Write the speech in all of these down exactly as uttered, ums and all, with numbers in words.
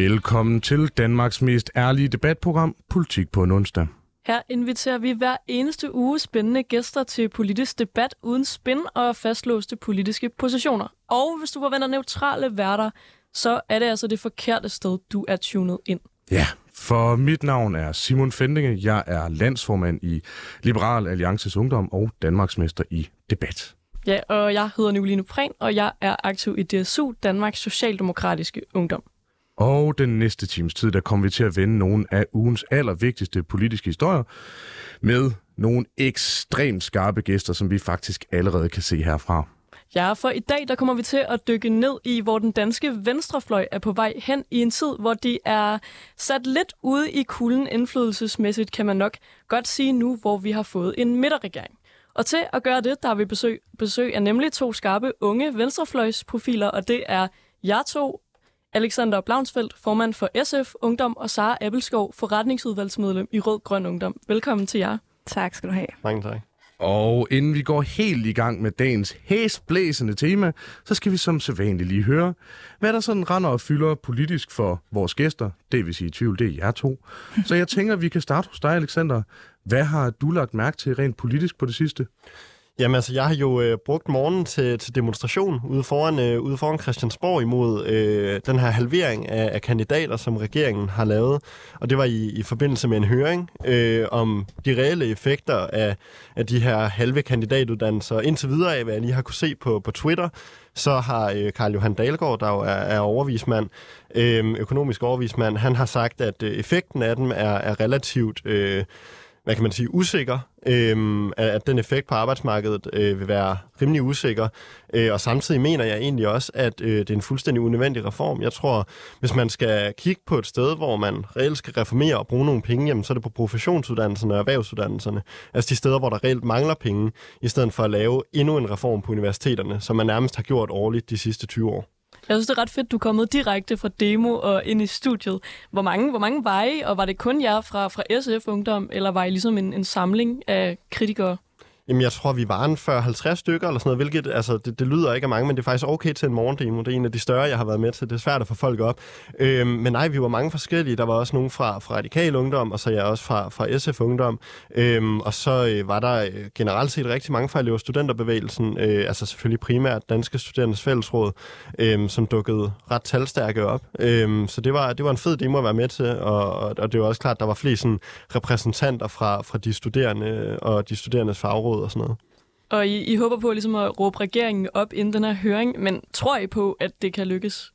Velkommen til Danmarks mest ærlige debatprogram, Politik på en onsdag. Her inviterer vi hver eneste uge spændende gæster til politisk debat uden spin og fastlåste politiske positioner. Og hvis du forventer neutrale værter, så er det altså det forkerte sted, du er tunet ind. Ja, for mit navn er Simon Fendinge. Jeg er landsformand i Liberal Alliances Ungdom og Danmarksmester i debat. Ja, og jeg hedder Nicoline Prehn, og jeg er aktiv i D S U, Danmarks Socialdemokratiske Ungdom. Og den næste times tid, der kommer vi til at vende nogle af ugens allervigtigste politiske historier med nogle ekstremt skarpe gæster, som vi faktisk allerede kan se herfra. Ja, for i dag der kommer vi til at dykke ned i, hvor den danske venstrefløj er på vej hen i en tid, hvor de er sat lidt ude i kulden indflydelsesmæssigt, kan man nok godt sige nu, hvor vi har fået en midterregering. Og til at gøre det, der har vi besøg, besøg af nemlig to skarpe unge venstrefløjsprofiler, og det er jer to, Alexander Blaunsfeldt, formand for S F Ungdom, og Sara Abelskov, forretningsudvalgsmedlem i Rød Grøn Ungdom. Velkommen til jer. Tak skal du have. Mange tak. Og inden vi går helt i gang med dagens hæsblæsende tema, så skal vi som sædvanligt lige høre, hvad der sådan render og fylder politisk for vores gæster. Det vil sige i tvivl, det er jer to. Så jeg tænker, vi kan starte hos dig, Alexander. Hvad har du lagt mærke til rent politisk på det sidste? Jamen altså, jeg har jo øh, brugt morgenen til, til demonstration ude foran, øh, ude foran Christiansborg imod øh, den her halvering af, af kandidater, som regeringen har lavet. Og det var i, i forbindelse med en høring øh, om de reelle effekter af, af de her halve kandidatuddannelser. Indtil videre af, hvad jeg lige har kunne se på, på Twitter, så har øh, Carl Johan Dalgaard, der jo er, er overvismand, øh, økonomisk overvismand, han har sagt, at øh, effekten af dem er, er relativt... Øh, hvad kan man sige, usikker, øh, at den effekt på arbejdsmarkedet øh, vil være rimelig usikker. Øh, og samtidig mener jeg egentlig også, at øh, det er en fuldstændig unødvendig reform. Jeg tror, hvis man skal kigge på et sted, hvor man reelt skal reformere og bruge nogle penge, jamen, så er det på professionsuddannelserne og erhvervsuddannelserne. Altså de steder, hvor der reelt mangler penge, i stedet for at lave endnu en reform på universiteterne, som man nærmest har gjort årligt de sidste tyve år. Jeg synes, det er ret fedt, du er kommet direkte fra demo og ind i studiet. Hvor mange, hvor mange var I, og var det kun jer fra, fra S F Ungdom, eller var I ligesom en, en samling af kritikere? Jamen, jeg tror, vi var en fyrre halvtreds stykker eller sådan noget, hvilket, altså, det, det lyder ikke af mange, men det er faktisk okay til en morgendemo. Det er en af de større, jeg har været med til. Det er svært at få folk op. Øhm, men nej, vi var mange forskellige. Der var også nogen fra, fra Radikal Ungdom, og så jeg også fra, fra S F Ungdom. Øhm, og så øh, var der øh, generelt set rigtig mange fra Elev- og Studenterbevægelsen, øh, altså selvfølgelig primært Danske Studerendes Fællesråd, øh, som dukkede ret talstærke op. Øhm, så det var, det var en fed demo at være med til, og, og, og det var også klart, at der var flere sådan, repræsentanter fra, fra de studerende og de studerendes fagråd og sådan noget. Og I, I håber på ligesom at råbe regeringen op inden den her høring, men tror I på, at det kan lykkes?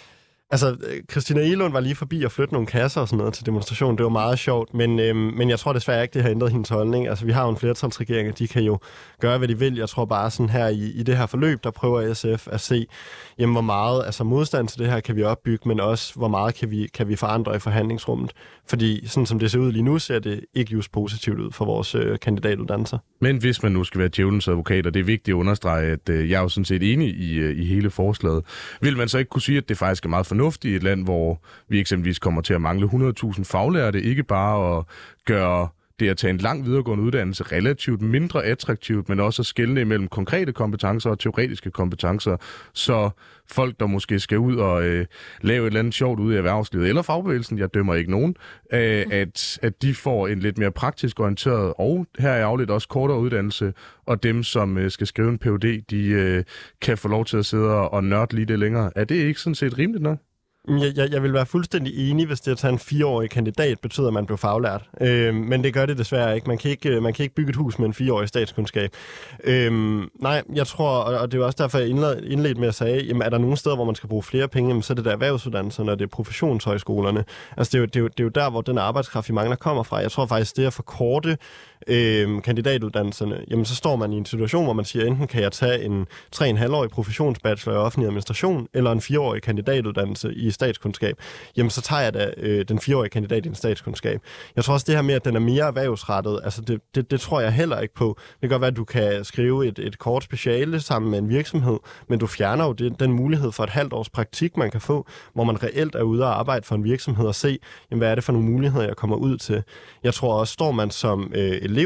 Altså, Christina Egelund var lige forbi og flytte nogle kasser og sådan noget til demonstrationen. Det var meget sjovt, men, øhm, men jeg tror desværre ikke, det har ændret hendes holdning. Altså, vi har jo en flertalsregering, og de kan jo gøre, hvad de vil. Jeg tror bare sådan her i, i det her forløb, der prøver S F at se, jamen, hvor meget altså, modstand til det her kan vi opbygge, men også, hvor meget kan vi, kan vi forandre i forhandlingsrummet. Fordi sådan som det ser ud lige nu, ser det ikke just positivt ud for vores øh, kandidatuddannelser. Men hvis man nu skal være djævelens advokat, og det er vigtigt at understrege, at øh, jeg er jo sådan set enig i, øh, i hele forslaget, vil man så ikke kunne sige, at det faktisk er meget fornuftigt i et land, hvor vi eksempelvis kommer til at mangle hundrede tusind faglærte, ikke bare at gøre det at tage en lang videregående uddannelse relativt mindre attraktivt, men også at skelne imellem konkrete kompetencer og teoretiske kompetencer, så folk, der måske skal ud og øh, lave et eller andet sjovt ude i erhvervslivet eller fagbevægelsen, jeg dømmer ikke nogen, øh, at, at de får en lidt mere praktisk orienteret og her er afledt også kortere uddannelse, og dem, som øh, skal skrive en P H D, de øh, kan få lov til at sidde og nørde lige det længere. Er det ikke sådan set rimeligt nok? Jeg, jeg, jeg vil være fuldstændig enig, hvis det at tage en fireårig kandidat betyder, at man bliver faglært. Øh, men det gør det desværre ikke. Man kan ikke, man kan ikke bygge et hus med en fireårig statskundskab. Øh, nej, jeg tror, og det er også derfor, jeg indledte med at sige, jamen, er der nogle steder, hvor man skal bruge flere penge, jamen, så er det der erhvervsuddannelserne, og det er professionshøjskolerne. Altså, det er, jo, det, er jo, det er jo der, hvor den arbejdskraft, vi mangler, kommer fra. Jeg tror faktisk, det at forkorte øh, kandidatuddannelserne, jamen, så står man i en situation, hvor man siger, enten kan jeg tage en tre komma fem-årig professionsbachelor i offentlig administration, eller en fireårig kandidatuddannelse i statskundskab, jamen så tager jeg da øh, den fireårige kandidat i en statskundskab. Jeg tror også det her med, at den er mere erhvervsrettet, altså det, det, det tror jeg heller ikke på. Det kan godt være, at du kan skrive et, et kort speciale sammen med en virksomhed, men du fjerner jo det, den mulighed for et halvt års praktik, man kan få, hvor man reelt er ude og arbejde for en virksomhed og se, jamen, hvad er det for nogle muligheder, jeg kommer ud til. Jeg tror også, står man som øh, elev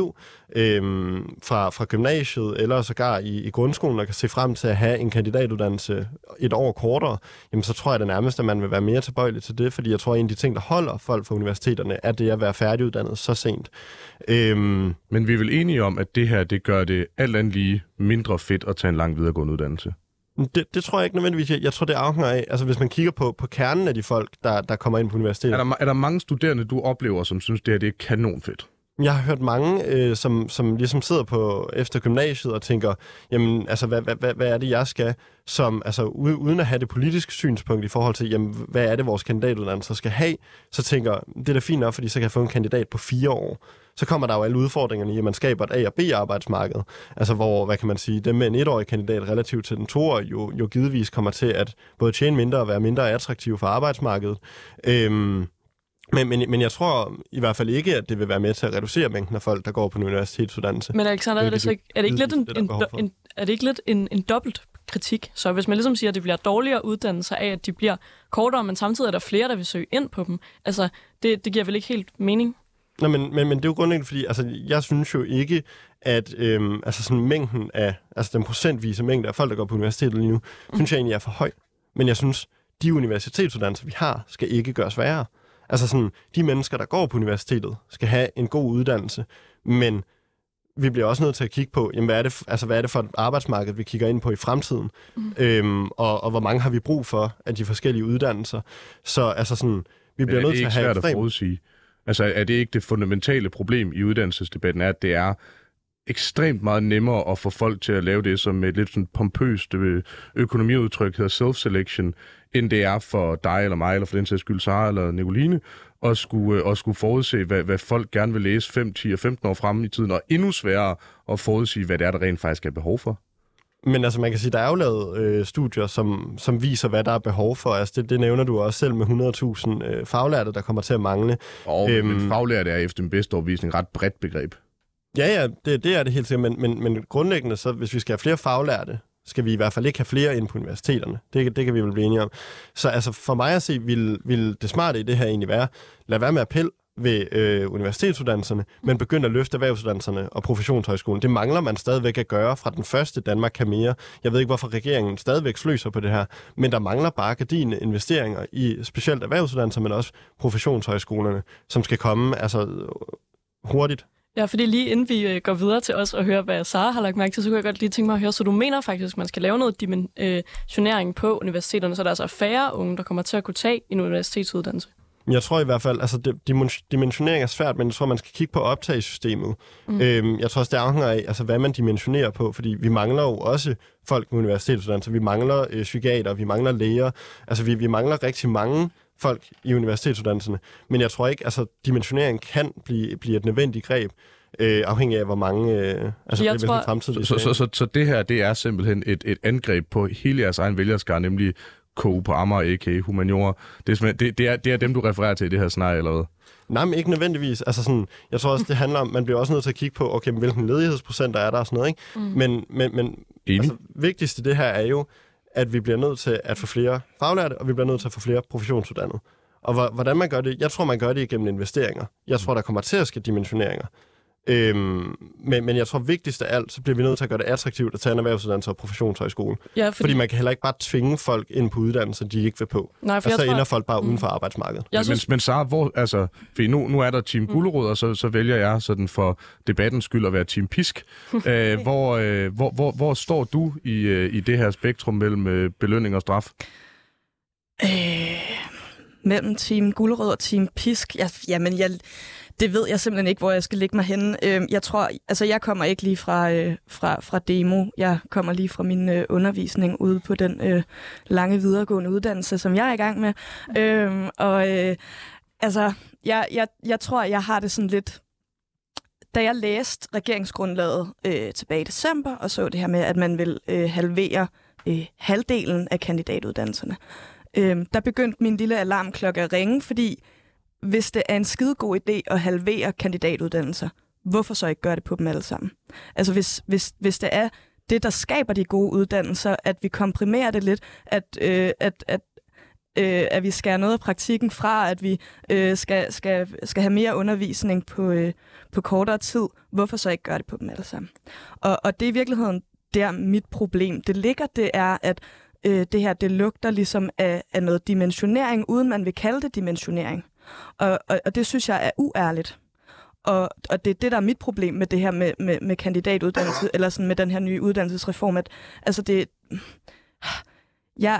øhm, fra, fra gymnasiet eller sågar i, i grundskolen, og kan se frem til at have en kandidatuddannelse et år kortere, jamen så tror jeg det nærmest, at man vil være mere tilbøjelig til det, fordi jeg tror, at en af de ting, der holder folk fra universiteterne, er det at være færdiguddannet så sent. Øhm, Men vi er vel enige om, at det her, det gør det alt andet lige mindre fedt at tage en lang videregående uddannelse? Det, det tror jeg ikke nødvendigvis. Jeg, jeg tror, det afhænger af, altså hvis man kigger på, på kernen af de folk, der, der kommer ind på universitetet. Er der, er der mange studerende, du oplever, som synes, det her det er kanonfedt? Jeg har hørt mange, øh, som, som ligesom sidder på efter gymnasiet og tænker, jamen, altså, hvad, hvad, hvad, hvad er det, jeg skal, som, altså, uden at have det politiske synspunkt i forhold til, jamen, hvad er det, vores kandidatuddannelser skal have, så tænker, det er da fint nok, fordi så kan jeg få en kandidat på fire år. Så kommer der jo alle udfordringerne i, at man skaber et A- og B-arbejdsmarked, altså hvor, hvad kan man sige, dem med en etårig kandidat relativt til den toårige jo, jo givetvis kommer til at både tjene mindre og være mindre attraktive for arbejdsmarkedet. Øhm, Men, men, men jeg tror i hvert fald ikke, at det vil være med til at reducere mængden af folk, der går på en universitetsuddannelse. Men Alexander, er det, det, er det ikke lidt en, en, en, er det ikke lidt en, en dobbelt kritik? Så hvis man ligesom siger, at det bliver dårligere uddannelser af, at de bliver kortere, men samtidig er der flere, der vil søge ind på dem, altså det, det giver vel ikke helt mening? Nå, men, men, men det er jo grundlæggende, fordi altså, jeg synes jo ikke, at øhm, altså sådan mængden af, altså den procentvise mængde af folk, der går på universitetet lige nu, mm. synes jeg egentlig er for høj. Men jeg synes, de universitetsuddannelser, vi har, skal ikke gøres værre. Altså sådan, de mennesker, der går på universitetet, skal have en god uddannelse, men vi bliver også nødt til at kigge på, jamen, hvad er det, altså, hvad er det for et arbejdsmarked, vi kigger ind på i fremtiden, mm. øhm, og, og hvor mange har vi brug for af de forskellige uddannelser. Så altså sådan, vi bliver nødt til at have... Er det ikke svært at forudsige? Altså, er det ikke det fundamentale problem i uddannelsesdebatten, er, at det er ekstremt meget nemmere at få folk til at lave det som et lidt sådan pompøst økonomiudtryk, hedder self-selection, end det er for dig eller mig, eller for den sags skyld Sara eller Nicoline, at skulle, at skulle forudse, hvad, hvad folk gerne vil læse fem, ti og femten år frem i tiden, og endnu sværere at forudsige, hvad det er, der rent faktisk er behov for. Men altså, man kan sige, der er jo lavet øh, studier, som, som viser, hvad der er behov for. Altså, det, det nævner du også selv med hundrede tusind øh, faglærte, der kommer til at mangle. Og øhm, men faglærte er efter min bedste overbevisning ret bredt begreb. Ja, ja, det, det er det helt sikkert, men, men, men grundlæggende, så hvis vi skal have flere faglærte, skal vi i hvert fald ikke have flere ind på universiteterne. Det, det kan vi vel blive enige om. Så altså, for mig at se, vil, vil det smarte i det her egentlig være, lad være med appel ved øh, universitetsuddannelserne, men begynd at løfte erhvervsuddannelserne og professionshøjskolen. Det mangler man stadigvæk at gøre fra den første Danmark kan mere. Jeg ved ikke, hvorfor regeringen stadigvæk sløser på det her, men der mangler bare gedigne investeringer i specielt erhvervsuddannelser, men også professionshøjskolerne, som skal komme altså hurtigt. Ja, fordi lige inden vi går videre til os og høre, hvad Sara har lagt mærke til, så kunne jeg godt lige tænke mig at høre, så du mener faktisk, at man skal lave noget dimensionering på universiteterne, så der er altså færre unge, der kommer til at kunne tage en universitetsuddannelse? Jeg tror i hvert fald, altså dimensionering er svært, men jeg tror, man skal kigge på optagesystemet. Mm. Øhm, jeg tror også, det afhænger af, altså, hvad man dimensionerer på, fordi vi mangler jo også folk med universitetsuddannelse. Vi mangler øh, psykiater, vi mangler læger, altså vi, vi mangler rigtig mange folk i universitetsuddannelserne. Men jeg tror ikke, altså dimensionering kan blive, blive et nødvendigt greb, øh, afhængig af, hvor mange øh, altså, jeg det tror... fremtidige... Så, så, så, så det her, det er simpelthen et, et angreb på hele jeres egen vælgerskare, nemlig K U på Amager, a k a. Humaniora. Det er, det, det, er, det er dem, du refererer til i det her scenarie, eller hvad? Nej, men ikke nødvendigvis. Altså sådan, jeg tror også, det handler om, man bliver også nødt til at kigge på, okay, hvilken ledighedsprocent der er der og sådan noget, ikke? Mm. Men, men, men altså, vigtigst i det her er jo, at vi bliver nødt til at få flere faglærte, og vi bliver nødt til at få flere professionsuddannede. Og hvordan man gør det? Jeg tror, man gør det igennem investeringer. Jeg tror, der kommer til at ske dimensioneringer. Øhm, men, men jeg tror, vigtigst af alt, så bliver vi nødt til at gøre det attraktivt at tage en erhvervsuddannelse og professionshøjskole. Ja, fordi... fordi man kan heller ikke bare tvinge folk ind på uddannelser, de ikke vil på. Nej, for og så tror... ender folk bare mm. uden for arbejdsmarkedet. Men, synes... men Sara, hvor, altså, fordi nu, nu er der Team Gulerod, og så, så vælger jeg sådan for debattens skyld at være Team Pisk. Æh, hvor, øh, hvor, hvor, hvor står du i, øh, i det her spektrum mellem øh, belønning og straf? Øh, mellem Team Gulerod og Team Pisk? Jeg, jamen, jeg... Det ved jeg simpelthen ikke, hvor jeg skal lægge mig henne. Jeg tror, altså jeg kommer ikke lige fra, øh, fra, fra demo. Jeg kommer lige fra min øh, undervisning ude på den øh, lange videregående uddannelse, som jeg er i gang med. Øhm, og øh, altså, jeg, jeg, jeg tror, jeg har det sådan lidt... Da jeg læste regeringsgrundlaget øh, tilbage i december, og så det her med, at man vil øh, halvere øh, halvdelen af kandidatuddannelserne, øh, der begyndte min lille alarmklokke at ringe, fordi hvis det er en skidegod idé at halvere kandidatuddannelser, hvorfor så ikke gøre det på dem alle sammen? Altså hvis, hvis, hvis det er det, der skaber de gode uddannelser, at vi komprimerer det lidt, at, øh, at, at, øh, at vi skærer noget af praktikken fra, at vi øh, skal, skal, skal have mere undervisning på, øh, på kortere tid. Hvorfor så ikke gøre det på dem alle sammen? Og, og det er i virkeligheden der mit problem. Det ligger, det er, at øh, det her, det lugter ligesom af, af noget dimensionering, uden man vil kalde det dimensionering. Og, og, og det synes jeg er uærligt. Og, og det er det, der er mit problem med det her med, med, med kandidatuddannelse, eller sådan med den her nye uddannelsesreform, at altså det... Ja,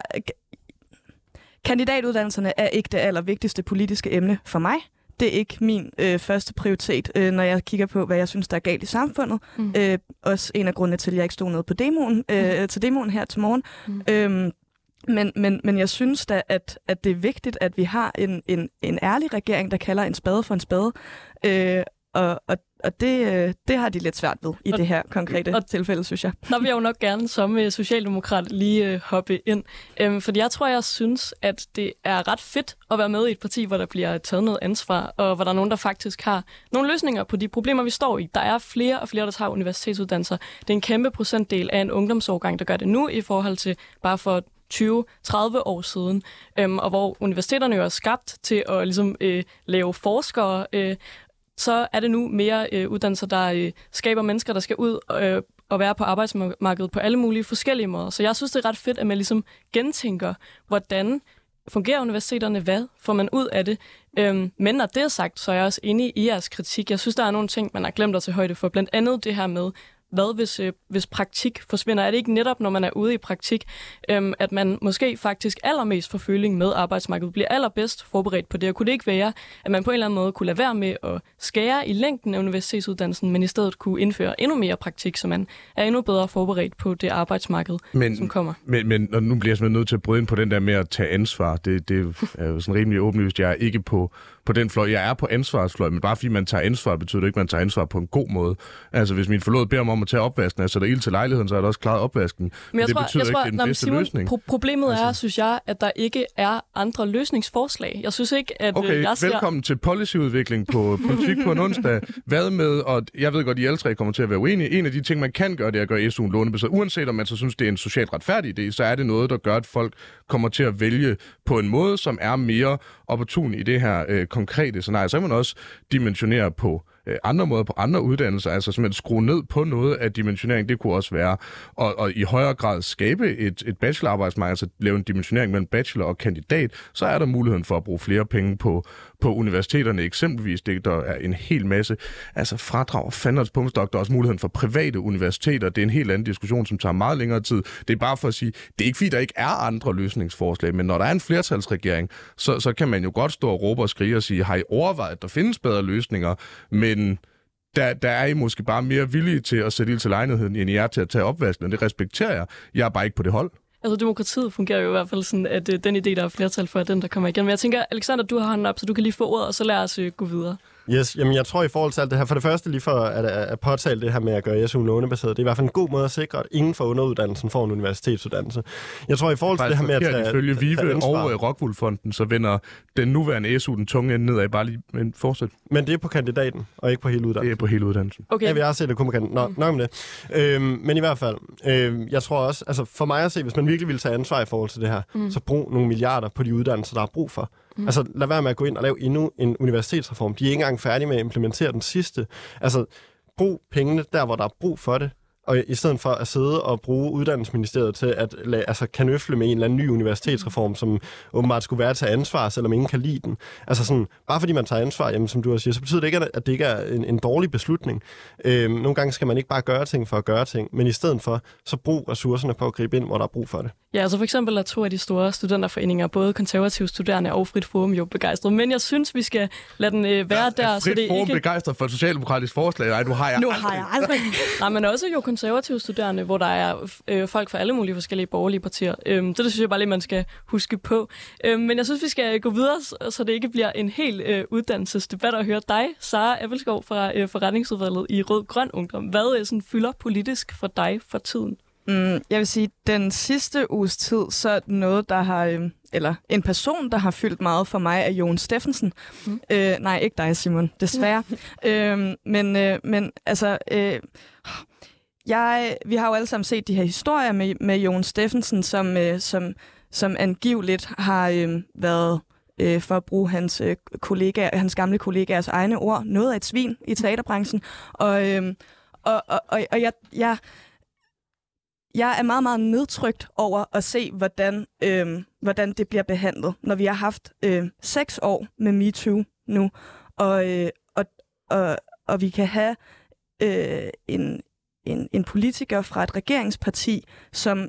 kandidatuddannelserne er ikke det allervigtigste politiske emne for mig. Det er ikke min øh, første prioritet, øh, når jeg kigger på, hvad jeg synes, der er galt i samfundet. Mm. Øh, også en af grundene til, at jeg ikke stod nede på demoen, øh, mm. til demoen her til morgen. Mm. Øhm, men, men, men jeg synes da, at, at det er vigtigt, at vi har en, en, en ærlig regering, der kalder en spade for en spade. Øh, og, og, og det, det har de lidt svært ved i og, det her konkrete og, tilfælde, synes jeg. Nå vil jeg jo nok gerne som uh, socialdemokrat lige uh, hoppe ind. Um, fordi jeg tror, jeg synes, at det er ret fedt at være med i et parti, hvor der bliver taget noget ansvar, og hvor der er nogen, der faktisk har nogle løsninger på de problemer, vi står i. Der er flere og flere, der tager universitetsuddannelser. Det er en kæmpe procentdel af en ungdomsårgang, der gør det nu, i forhold til bare for tyve til tredive år siden, øhm, og hvor universiteterne jo er skabt til at ligesom, øh, lave forskere, øh, så er det nu mere øh, uddannelser, der øh, skaber mennesker, der skal ud øh, og være på arbejdsmarkedet på alle mulige forskellige måder. Så jeg synes, det er ret fedt, at man ligesom gentænker, hvordan fungerer universiteterne, hvad får man ud af det. Øhm, men når det er sagt, så er jeg også enig i jeres kritik. Jeg synes, der er nogle ting, man har glemt at tage højde for. Blandt andet det her med, hvad hvis, øh, hvis praktik forsvinder? Er det ikke netop, når man er ude i praktik, øhm, at man måske faktisk allermest får føling med arbejdsmarkedet, bliver allerbedst forberedt på det? Og kunne det ikke være, at man på en eller anden måde kunne lade være med at skære i længden af universitetsuddannelsen, men i stedet kunne indføre endnu mere praktik, så man er endnu bedre forberedt på det arbejdsmarked, men, som kommer? Men, men og nu bliver jeg simpelthen nødt til at bryde ind på den der med at tage ansvar. Det, det er jo sådan rimelig åbenlyst. Jeg er ikke på, på den fløj. Jeg er på ansvarsfløj, men bare fordi man tager ansvar, betyder det ikke, at man tager ansvar på en god måde. Altså, hvis min forlod beder mig om at tage opvasken, altså der er ild til lejligheden, så er der også klaret opvasken. Men, men jeg det tror, betyder jeg tror, ikke, det er den bedste Simon, løsning. Pro- problemet altså. er, synes jeg, at der ikke er andre løsningsforslag. Jeg synes ikke, at okay, jeg ser... velkommen til policyudvikling på politik på en onsdag. Hvad med, og jeg ved godt, at I alle tre kommer til at være uenige. En af de ting, man kan gøre, det er at gøre S U'en lånebaseret. Uanset om man så synes, det er en socialt retfærdig idé, så er det noget, der gør, at folk kommer til at vælge på en måde, som er mere opportun i det her øh, konkrete scenarie. Så kan man også dimensionere på øh, andre måder, på andre uddannelser, altså simpelthen skrue ned på noget af dimensionering. Det kunne også være at, at i højere grad skabe et, et bachelorarbejdsmarked, altså lave en dimensionering mellem bachelor og kandidat. Så er der muligheden for at bruge flere penge på, på universiteterne eksempelvis. Det, der er en hel masse altså fradrag og fanders punktstok. Der er også muligheden for private universiteter. Det er en helt anden diskussion, som tager meget længere tid. Det er bare for at sige, det er ikke fordi, der ikke er andre løsningsforslag, men når der er en flertalsregering, så, så kan man jo godt stå og råbe og skrige og sige, har I overvejet, at der findes bedre løsninger, men der, der er I måske bare mere villige til at sætte ild til lejligheden, end I er til at tage opvasken, og det respekterer jeg. Jeg er bare ikke på det hold. Altså, demokratiet fungerer jo i hvert fald sådan, at uh, den idé, der er flertal for, er den, der kommer igen. Men jeg tænker, Alexander, du har hånden op, så du kan lige få ordet, og så lad os uh, gå videre. Yes, jamen jeg tror i forhold til alt det her, for det første lige for at, at påtale det her med at gøre S U'en lånebaseret, det er i hvert fald en god måde at sikre, at ingen fra underuddannelsen får en universitetsuddannelse. Jeg tror i forhold til det her med at tage, ifølge tage, tage Vive og Rockwool-fonden, så vender den nuværende S U den tunge ende nedad, bare lige men fortsæt. Men det er på kandidaten, og ikke på hele uddannelsen. Det er på hele uddannelsen. Okay. Ja, vi har set det kun på kandidaten. Nå, mm. nok om det. Øhm, men i hvert fald, øhm, jeg tror også, altså for mig at se, hvis man virkelig vil tage ansvar i forhold til det her, mm. så brug nogle milliarder på de uddannelser, der er brug for. Mm. Altså, lad være med at gå ind og lave endnu en universitetsreform. De er ikke engang færdige med at implementere den sidste. Altså, brug pengene der, hvor der er brug for det. Og i stedet for at sidde og bruge Uddannelsesministeriet til at lade, altså, kanøfle med en eller anden ny universitetsreform, som åbenbart skulle være at tage ansvar, selvom ingen kan lide den. Altså sådan, bare fordi man tager ansvar, jamen, som du også siger, så betyder det ikke, at det ikke er en, en dårlig beslutning. Øhm, nogle gange skal man ikke bare gøre ting for at gøre ting, men i stedet for, så brug ressourcerne på at gribe ind, hvor der er brug for det. Ja, altså for eksempel er to af de store studenterforeninger, både konservative studerende og Frit Forum, jo begejstret. Men jeg synes, vi skal lade den øh, være der. Frit så det Forum ikke... begejstret for et socialdemokratisk forslag? Nej, du har jeg nu aldrig. har jeg aldrig. Nej, men også jo konservative studerende, hvor der er øh, folk fra alle mulige forskellige borgerlige partier. Øhm, det, det synes jeg bare lige, man skal huske på. Øhm, men jeg synes, vi skal gå videre, så det ikke bliver en helt øh, uddannelsesdebat og høre dig, Sara Appelskov fra øh, forretningsudvalget i Rød Grøn Ungdom. Hvad øh, sådan, fylder politisk for dig for tiden? Mm, jeg vil sige, den sidste uges tid, så er noget, der har, øh, eller en person, der har fyldt meget for mig, er Jon Steffensen. Mm. Øh, nej, ikke dig, Simon, desværre. øh, men, øh, men altså, øh, jeg, vi har jo alle sammen set de her historier med, med Jon Steffensen, som, øh, som som angiveligt har øh, været, øh, for at bruge hans, øh, kollega, hans gamle kollegaers egne ord, noget af et svin i teaterbranchen. Og, øh, og, og, og, og jeg, jeg, jeg er meget, meget nedtrykt over at se, hvordan, øh, hvordan det bliver behandlet, når vi har haft øh, seks år med MeToo nu, og, øh, og, og, og vi kan have øh, en, en, en politiker fra et regeringsparti, som,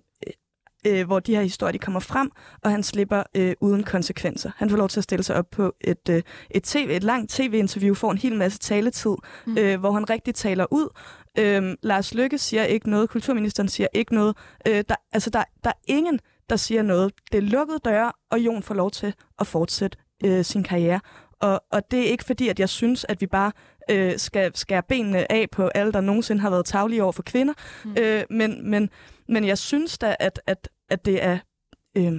øh, hvor de her historier de kommer frem, og han slipper øh, uden konsekvenser. Han får lov til at stille sig op på et, øh, et, TV, et langt tv-interview, får en hel masse taletid, mm. øh, hvor han rigtig taler ud. Øh, Lars Løkke siger ikke noget, kulturministeren siger ikke noget. Øh, der, altså, der, der er ingen, der siger noget. Det er lukkede døre, og Jon får lov til at fortsætte øh, sin karriere. Og, og det er ikke fordi, at jeg synes, at vi bare øh, skal skære benene af på alle, der nogensinde har været tarvelige over for kvinder. Mm. Øh, men, men, men jeg synes da, at, at, at, det er, øh,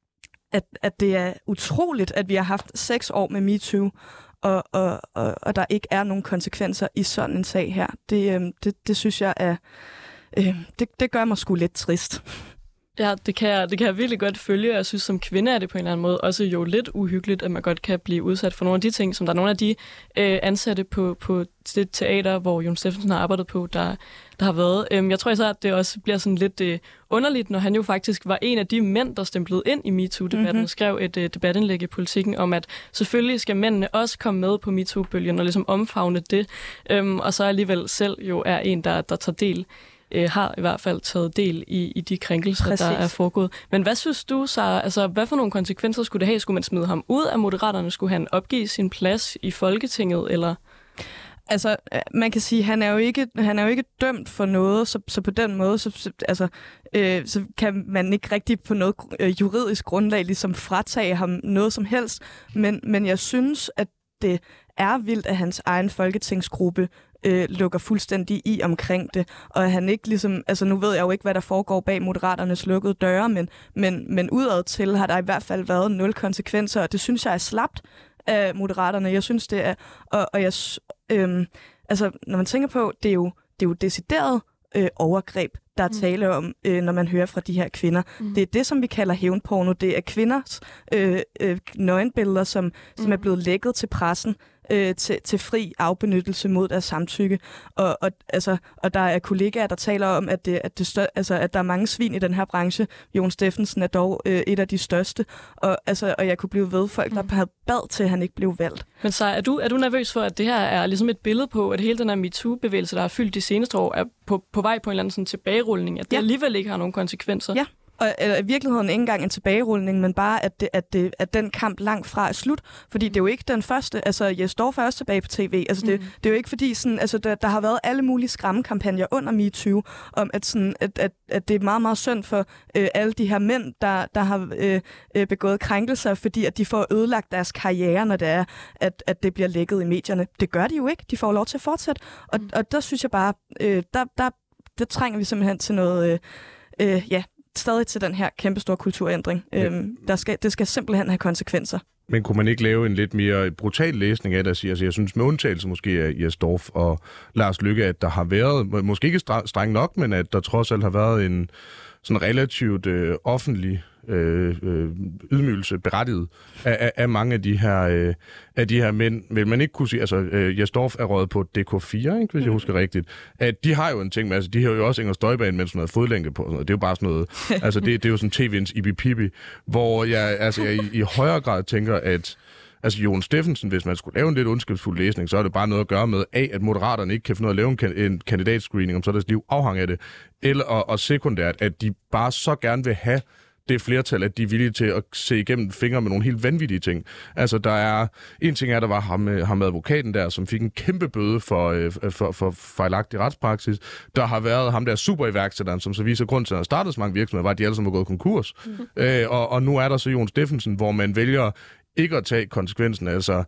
at, at det er utroligt, at vi har haft seks år med MeToo, og, og, og, og der ikke er nogen konsekvenser i sådan en sag her. Det, øh, det, det synes jeg er... Øh, det, det gør mig sgu lidt trist. Ja, det kan, jeg, det kan jeg virkelig godt følge. Jeg synes, som kvinde er det på en eller anden måde også jo lidt uhyggeligt, at man godt kan blive udsat for nogle af de ting, som der er nogle af de øh, ansatte på, på det teater, hvor Jon Stephensen har arbejdet på, der, der har været. Øhm, jeg tror især, at det også bliver sådan lidt øh, underligt, når han jo faktisk var en af de mænd, der stemplede ind i MeToo-debatten, mm-hmm. og skrev et øh, debatindlæg i Politikken om, at selvfølgelig skal mændene også komme med på MeToo-bølgen og ligesom omfavne det, øhm, og så alligevel selv jo er en, der, der tager del. Øh, har i hvert fald taget del i, i de krænkelser, Præcis. Der er foregået. Men hvad synes du, Sara? Altså, hvad for nogle konsekvenser skulle det have? Skulle man smide ham ud af Moderaterne? Skulle han opgive sin plads i Folketinget, eller? Altså, man kan sige, han er jo ikke, han er jo ikke dømt for noget, så, så på den måde, så, så, altså, øh, så kan man ikke rigtig på noget øh, juridisk grundlag ligesom fratage ham noget som helst. Men, men jeg synes, at det er vildt, at hans egen folketingsgruppe øh, lukker fuldstændig i omkring det, og at han ikke ligesom, altså nu ved jeg jo ikke, hvad der foregår bag Moderaternes lukkede døre, men, men, men udad til har der i hvert fald været nul konsekvenser, og det synes jeg er slapt af Moderaterne. Jeg synes, det er, og, og jeg, øh, altså når man tænker på, det er jo, det er jo decideret øh, overgreb, der er tale om, øh, når man hører fra de her kvinder. Mm. Det er det, som vi kalder hævnporno. Det er kvinders øh, øh, nøgenbilleder, som, mm. som er blevet lækket til pressen øh, til, til fri afbenyttelse mod deres samtykke. Og, og, altså, og der er kollegaer, der taler om, at, det, at, det stør, altså, at der er mange svin i den her branche. Jon Stephensen er dog øh, et af de største. Og, altså, og jeg kunne blive ved folk, der mm. havde bad til, at han ikke blev valgt. Men så er du, er du nervøs for, at det her er ligesom et billede på, at hele den her MeToo-bevægelse, der har fyldt de seneste år, er på, på vej på en eller anden sådan tilbagerulning, at det ja. alligevel ikke har nogen konsekvenser? Ja. Og eller, i virkeligheden ikke engang en tilbagerulning, men bare, at, det, at, det, at den kamp langt fra er slut. Fordi det er jo ikke den første. Altså, Jes Dorph er også tilbage på tv. Altså, det, mm. det er jo ikke fordi, sådan, altså, der, der har været alle mulige skræmmekampagner under MeToo, om at, sådan, at, at, at det er meget, meget synd for øh, alle de her mænd, der, der har øh, begået krænkelser, fordi at de får ødelagt deres karriere, når det er, at, at det bliver lækket i medierne. Det gør de jo ikke. De får lov til at fortsætte. Og, mm. og der synes jeg bare, øh, der, der, der trænger vi simpelthen til noget, øh, øh, ja, stadig til den her kæmpestore kulturændring. Ja. Øhm, der skal, det skal simpelthen have konsekvenser. Men kunne man ikke lave en lidt mere brutal læsning af det? Altså, jeg synes med undtagelse måske af Jes Dorph og Lars Løkke, at der har været, måske ikke streng nok, men at der trods alt har været en sådan relativt øh, offentlig øh, øh, ydmygelse berettiget af, af, af mange af de her øh, af de her mænd. Vil man ikke kunne sige, altså øh, Jes Dorph er røget på D K fire, ikke, hvis mm. jeg husker rigtigt, at de har jo en ting med, altså de har jo også Inger Støjberg med sådan noget fodlænke på, sådan noget. Det er jo bare sådan noget, altså det, det er jo sådan T V'ens ibi-pibi, hvor jeg, altså, jeg i, i højere grad tænker, at altså Jon Stephensen, hvis man skulle lave en lidt ondskabsfuld læsning, så er det bare noget at gøre med, A, at Moderaterne ikke kan finde ud af at lave en, en kandidatscreening, om så deres liv afhænger af det, eller og, og sekundært, at de bare så gerne vil have det flertal, at de er villige til at se igennem fingre med nogle helt vanvittige ting. Altså, der er en ting er, der var ham, ham advokaten der, som fik en kæmpe bøde for, for, for, for fejlagtig retspraksis. Der har været ham der superiværksætteren, som så viser grund til, at der startede så mange virksomheder, var, at de alle sammen var gået konkurs. Mm. Øh, og, og nu er der så Jon Stephensen, hvor man vælger ikke at tage konsekvensen. Altså,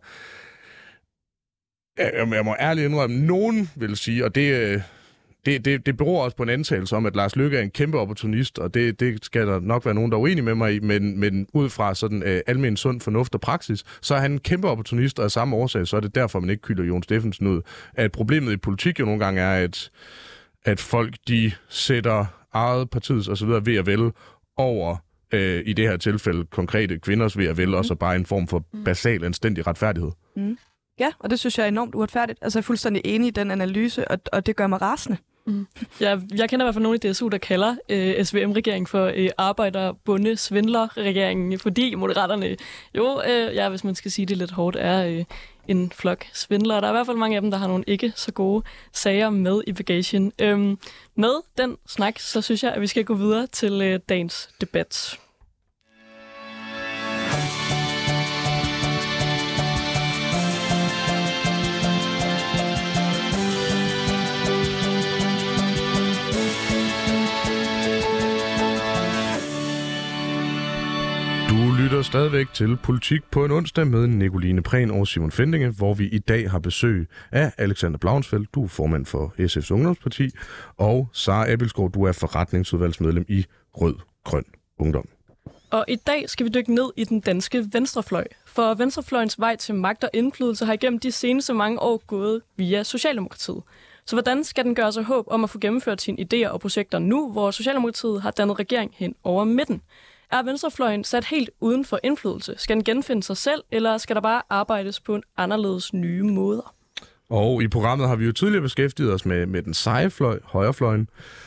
jeg, jeg må ærligt indrømme, nogen vil sige, og det... Det, det, det beror også på en antagelse om, at Lars Løkke er en kæmpe opportunist, og det, det skal der nok være nogen, der er uenige med mig i, men, men ud fra sådan uh, almen sund fornuft og praksis, så er han en kæmpe opportunist, og af samme årsag, så er det derfor, man ikke kylder Jon Stephensen ud. At problemet i politik jo nogle gange er, at, at folk, de sætter eget partiets og så videre ved at vælge over øh, i det her tilfælde konkrete kvinders ved at vælge, mm. også bare en form for basal, anstændig retfærdighed. Mm. Ja, og det synes jeg er enormt uretfærdigt. Altså, jeg er fuldstændig enig i den analyse, og, og det gør mig rasende. Mm. Ja, jeg kender i hvert fald nogle i D S U, der kalder øh, S V M-regeringen for øh, arbejder-bunde-svindler-regeringen, fordi Moderaterne jo, øh, ja, hvis man skal sige det lidt hårdt, er øh, en flok svindlere. Der er i hvert fald mange af dem, der har nogle ikke så gode sager med i bagagen. Øhm, med den snak, så synes jeg, at vi skal gå videre til øh, dagens debat. Lytter stadigvæk til Politik på en onsdag med Nicoline Prehn og Simon Fendinge, hvor vi i dag har besøg af Alexander Blauensfeldt, du er formand for S F's Ungdomsparti, og Sara Abildskov, du er forretningsudvalgsmedlem i Rød Grøn Ungdom. Og i dag skal vi dykke ned i den danske venstrefløj. For venstrefløjens vej til magt og indflydelse har igennem de seneste mange år gået via Socialdemokratiet. Så hvordan skal den gøre sig håb om at få gennemført sine idéer og projekter nu, hvor Socialdemokratiet har dannet regering hen over midten? Er venstrefløjen sat helt uden for indflydelse? Skal den genfinde sig selv, eller skal der bare arbejdes på en anderledes nye måder? Og i programmet har vi jo tidligere beskæftiget os med, med den seje fløj, højrefløjen,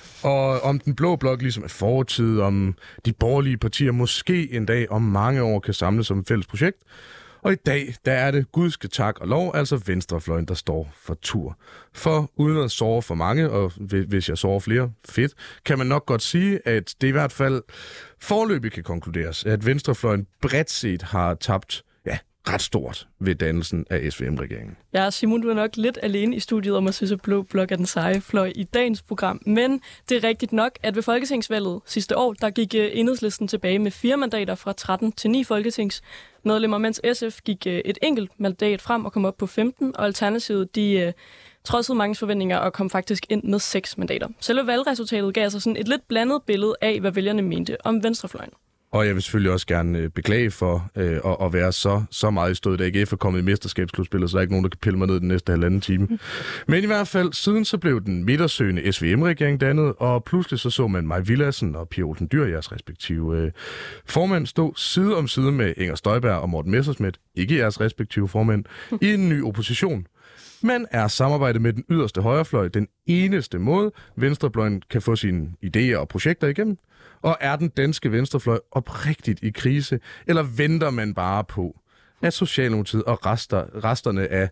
og om den blå blok ligesom er fortid, om de borgerlige partier måske en dag om mange år kan samles som et fælles projekt. Og i dag, der er det gudske tak og lov, altså venstrefløjen, der står for tur. For uden at såre for mange, og hvis jeg sårer flere, fedt, kan man nok godt sige, at det i hvert fald foreløbig kan konkluderes, at venstrefløjen bredt set har tabt ja, ret stort ved dannelsen af S V M-regeringen. Ja, Simon, du er nok lidt alene i studiet om at synes, at blå blok er den seje fløj i dagens program. Men det er rigtigt nok, at ved folketingsvalget sidste år, der gik Enhedslisten tilbage med fire mandater fra tretten til ni folketingsmedlemmer, mens S F gik et enkelt mandat frem og kom op på femten, og Alternativet, de trodsede mange forventninger og kom faktisk ind med seks mandater. Selve valgresultatet gav altså sådan et lidt blandet billede af, hvad vælgerne mente om venstrefløjen. Og jeg vil selvfølgelig også gerne beklage for øh, at, at være så, så meget i stået, da A G F er kommet i mesterskabsslutspillet, så der er ikke nogen, der kan pille mig ned den næste halvanden time. Men i hvert fald, siden så blev den midtersøgende S V M-regering dannet, og pludselig så så man Mai Villadsen og Pia Olsen Dyhr, jeres respektive øh, formand, stå side om side med Inger Støjberg og Morten Messerschmidt, ikke jeres respektive formand, i en ny opposition. Men er samarbejdet med den yderste højrefløj den eneste måde, venstrefløjen kan få sine idéer og projekter igennem? Og er den danske venstrefløj oprigtigt i krise, eller venter man bare på, at Socialdemokratiet og rester, resterne af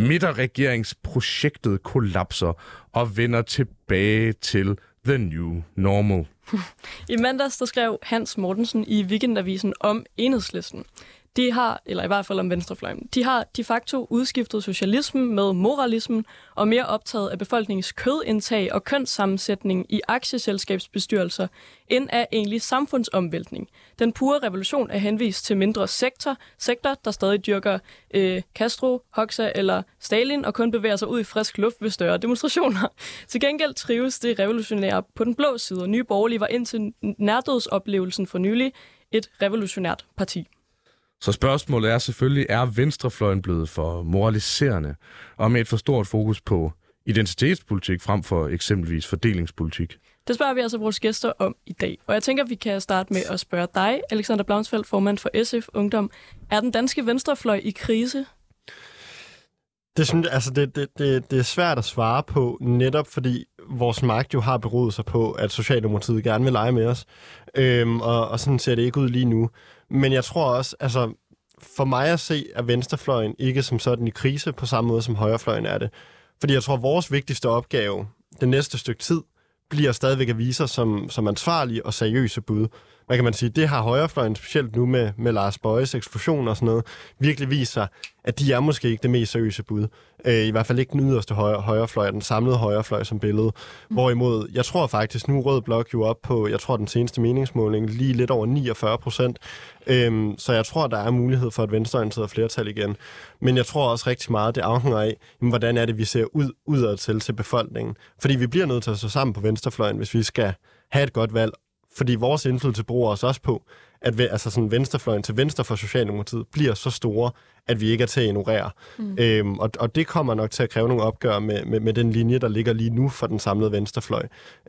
midterregeringsprojektet kollapser og vender tilbage til the new normal? I mandags der skrev Hans Mortensen i Weekendavisen om Enhedslisten. De har, eller i hvert fald om venstrefløjen, de har de facto udskiftet socialismen med moralismen og mere optaget af befolkningens kødindtag og kønssammensætning i aktieselskabsbestyrelser end af egentlig samfundsomvæltning. Den pure revolution er henvist til mindre sektor, sektor der stadig dyrker øh, Castro, Hoxha eller Stalin og kun bevæger sig ud i frisk luft ved større demonstrationer. Til gengæld trives det revolutionære på den blå side, og Nye Borgerlige var indtil nærdødsoplevelsen for nylig et revolutionært parti. Så spørgsmålet er selvfølgelig, er venstrefløjen blevet for moraliserende, og med et for stort fokus på identitetspolitik frem for eksempelvis fordelingspolitik? Det spørger vi altså vores gæster om i dag. Og jeg tænker, vi kan starte med at spørge dig, Alexander Blauensfeldt, formand for S F Ungdom. Er den danske venstrefløj i krise? Det, synes, altså det, det, det, det er svært at svare på, netop fordi vores magt jo har beroet sig på, at Socialdemokratiet gerne vil lege med os. Øhm, og, og sådan ser det ikke ud lige nu. Men jeg tror også, altså for mig at se, er venstrefløjen ikke som sådan i krise på samme måde som højrefløjen er det. Fordi jeg tror, at vores vigtigste opgave det næste stykke tid bliver stadigvæk at vise os som, som ansvarlige og seriøse bud. Hvad kan man sige? Det har højrefløjen, specielt nu med, med Lars Bojes eksplosion og sådan noget, virkelig viser, at de er måske ikke det mest seriøse bud. Øh, I hvert fald ikke den yderste højre, højrefløj, den samlede højrefløj som billede. Mm. Hvorimod, jeg tror faktisk, nu Rød Blok jo op på, jeg tror den seneste meningsmåling, lige lidt over niogfyrre procent. Øhm, så jeg tror, der er mulighed for et venstreorienteret flertal igen. Men jeg tror også rigtig meget, det afhænger af, jamen, hvordan er det, vi ser ud, udad til til befolkningen. Fordi vi bliver nødt til at stå sammen på venstrefløjen, hvis vi skal have et godt valg. Fordi vores indflydelse bruger os også på, at altså sådan venstrefløjen til venstre for Socialdemokratiet bliver så store, at vi ikke er til at ignorere. Mm. Øhm, og, og det kommer nok til at kræve nogle opgør med, med, med den linje, der ligger lige nu for den samlede venstrefløj.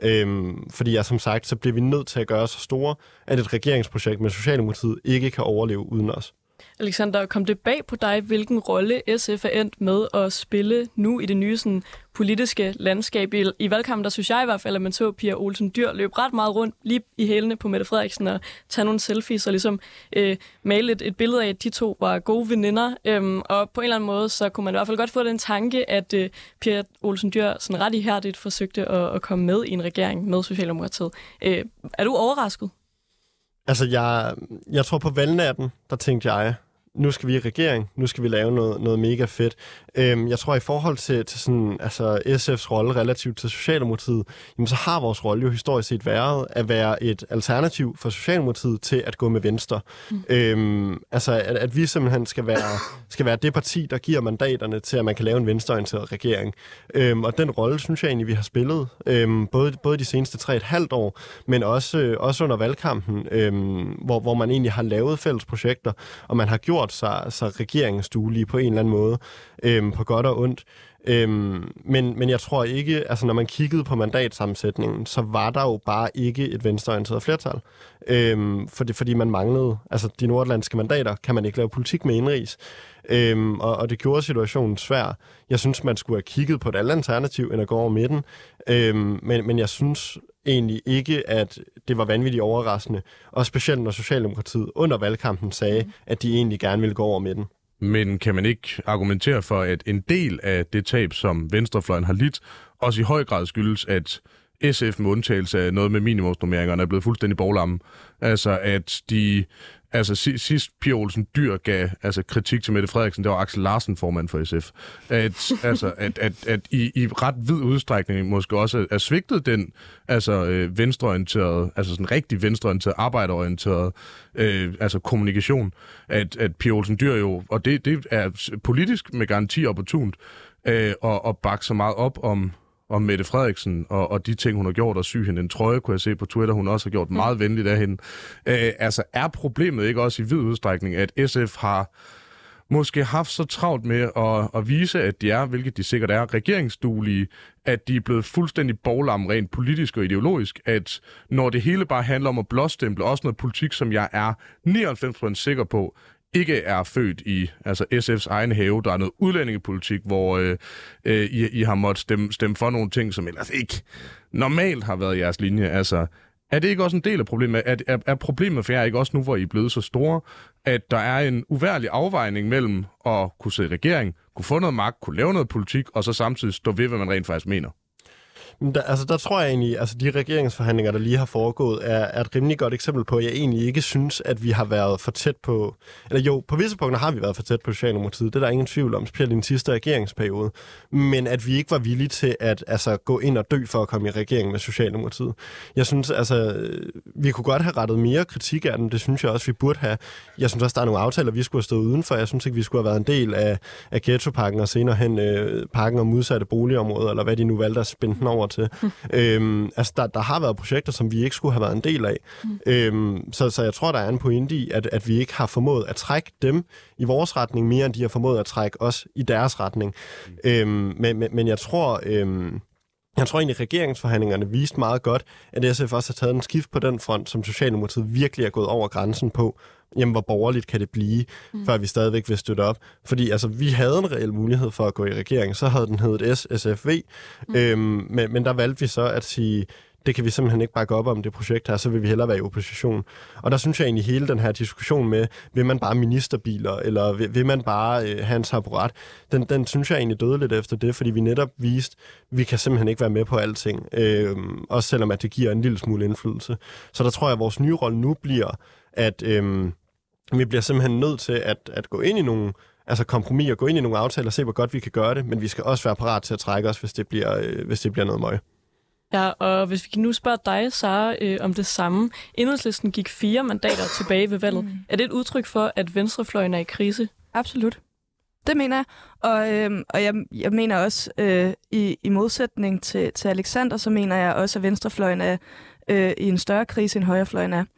Øhm, fordi ja, som sagt, så bliver vi nødt til at gøre så store, at et regeringsprojekt med Socialdemokratiet ikke kan overleve uden os. Alexander, kom det bag på dig, hvilken rolle S F er endt med at spille nu i det nye sådan, politiske landskab? I, I valgkampen, der synes jeg i hvert fald, at man så Pia Olsen Dyhr løbe ret meget rundt lige i hælene på Mette Frederiksen og tage nogle selfies og ligesom øh, male et, et billede af, at de to var gode veninder. Øhm, og på en eller anden måde, så kunne man i hvert fald godt få den tanke, at øh, Pia Olsen Dyhr sådan ret ihærdigt forsøgte at, at komme med i en regering med Socialdemokratiet. Øh, er du overrasket? Altså, jeg, jeg tror på valgnatten, der tænkte jeg, nu skal vi i regering, nu skal vi lave noget, noget mega fedt. Øhm, jeg tror, i forhold til, til sådan, altså S F's rolle relativt til Socialdemokratiet, jamen, så har vores rolle jo historisk set været at være et alternativ for Socialdemokratiet til at gå med Venstre. Mm. Øhm, altså, at, at vi simpelthen skal være, skal være det parti, der giver mandaterne til, at man kan lave en venstreorienteret regering. Øhm, og den rolle, synes jeg egentlig, vi har spillet, øhm, både, både de seneste tre og et halvt år, men også, øh, også under valgkampen, øhm, hvor, hvor man egentlig har lavet fælles projekter, og man har gjort sig, sig regeringsduelige på en eller anden måde, øhm, på godt og ondt. Øhm, men, men jeg tror ikke, altså når man kiggede på mandatsammensætningen, så var der jo bare ikke et venstreorienteret flertal. Øhm, for det, fordi man manglede, altså de nordatlantiske mandater, kan man ikke lave politik med indrigs. Øhm, og, og det gjorde situationen svær. Jeg synes, man skulle have kigget på et andet alternativ, end at gå over midten. Øhm, men, men jeg synes egentlig ikke, at det var vanvittigt overraskende. Og specielt når Socialdemokratiet under valgkampen sagde, at de egentlig gerne ville gå over midten. Men kan man ikke argumentere for, at en del af det tab, som venstrefløjen har lidt, også i høj grad skyldes, at S F med undtagelse af noget med minimumsnormeringerne er blevet fuldstændig boglamme? Altså, at de... Altså sidst Pia Olsen Dyhr gav altså, kritik til Mette Frederiksen, det var Axel Larsen, formand for S F. At, altså, at, at, at i, i ret vid udstrækning måske også er svigtet den altså, øh, venstreorienterede, altså sådan rigtig venstreorienteret, arbejderorienteret øh, altså kommunikation. At, at Pia Olsen Dyhr jo, og det, det er politisk med garanti opportunt, øh, og, og bakke så meget op om om Mette Frederiksen og, og de ting, hun har gjort, og sy hende en trøje, kunne jeg se på Twitter, hun også har gjort meget mm. venligt af hende. Øh, altså, er problemet ikke også i vid udstrækning, at S F har måske haft så travlt med at, at vise, at de er, hvilket de sikkert er, regeringsduelige, at de er blevet fuldstændig boglamme rent politisk og ideologisk, at når det hele bare handler om at blåstemple, også noget politik, som jeg er nioghalvfems procent sikker på, ikke er født i altså S F's egen have. Der er noget udlændingepolitik, hvor øh, øh, I, I har måttet stemme, stemme for nogle ting, som ellers ikke normalt har været jeres linje. Altså, er det ikke også en del af problemet? Er, er, er problemet for jer ikke også nu, hvor I er blevet så store, at der er en uværlig afvejning mellem at kunne sidde i regering, kunne få noget magt, kunne lave noget politik, og så samtidig stå ved, hvad man rent faktisk mener? Der, altså, der tror jeg egentlig, altså de regeringsforhandlinger, der lige har foregået, er, er et rimelig godt eksempel på, at jeg egentlig ikke synes, at vi har været for tæt på... Eller jo, på visse punkter har vi været for tæt på Socialdemokratiet. Det er der ingen tvivl om, specielt i den sidste regeringsperiode. Men at vi ikke var villige til at altså, gå ind og dø for at komme i regering med Socialdemokratiet. Jeg synes, altså, vi kunne godt have rettet mere kritik af dem. Det synes jeg også, vi burde have. Jeg synes også, der er nogle aftaler, vi skulle have stået udenfor. Jeg synes ikke, vi skulle have været en del af, af ghettopakken og senere hen øh, pakken om udsatte boligområder, eller hvad de nu valgte at spænde den over til. Mm. Øhm, altså, der, der har været projekter, som vi ikke skulle have været en del af. Mm. Øhm, så, så jeg tror, der er en pointe i, at, at vi ikke har formået at trække dem i vores retning, mere end de har formået at trække os i deres retning. Mm. Øhm, men, men, men jeg tror... Øhm, Jeg tror egentlig, at regeringsforhandlingerne viste meget godt, at S F også har taget en skift på den front, som Socialdemokratiet virkelig er gået over grænsen på. Jamen, hvor borgerligt kan det blive, mm. før vi stadigvæk vil støtte op? Fordi altså, vi havde en reel mulighed for at gå i regering, så havde den heddet S S F V, mm. øhm, men, men der valgte vi så at sige, det kan vi simpelthen ikke bakke op om det projekt her, så vil vi hellere være i opposition. Og der synes jeg egentlig hele den her diskussion med, vil man bare ministerbiler, eller vil, vil man bare øh, have en taburet, den, den synes jeg egentlig døde lidt efter det, fordi vi netop viste, vi kan simpelthen ikke være med på alting, øh, også selvom at det giver en lille smule indflydelse. Så der tror jeg, at vores nye rolle nu bliver, at øh, vi bliver simpelthen nødt til at, at gå ind i nogle altså kompromis og gå ind i nogle aftaler og se, hvor godt vi kan gøre det, men vi skal også være parat til at trække os, hvis det bliver, øh, hvis det bliver noget møg. Ja, og hvis vi kan nu spørge dig, Sara, øh, om det samme. Enhedslisten gik fire mandater tilbage ved valget. Mm. Er det et udtryk for, at venstrefløjen er i krise? Absolut. Det mener jeg. Og, øh, og jeg, jeg mener også, øh, i, i modsætning til, til Alexander, så mener jeg også, at venstrefløjen er øh, i en større krise, end højrefløjen er.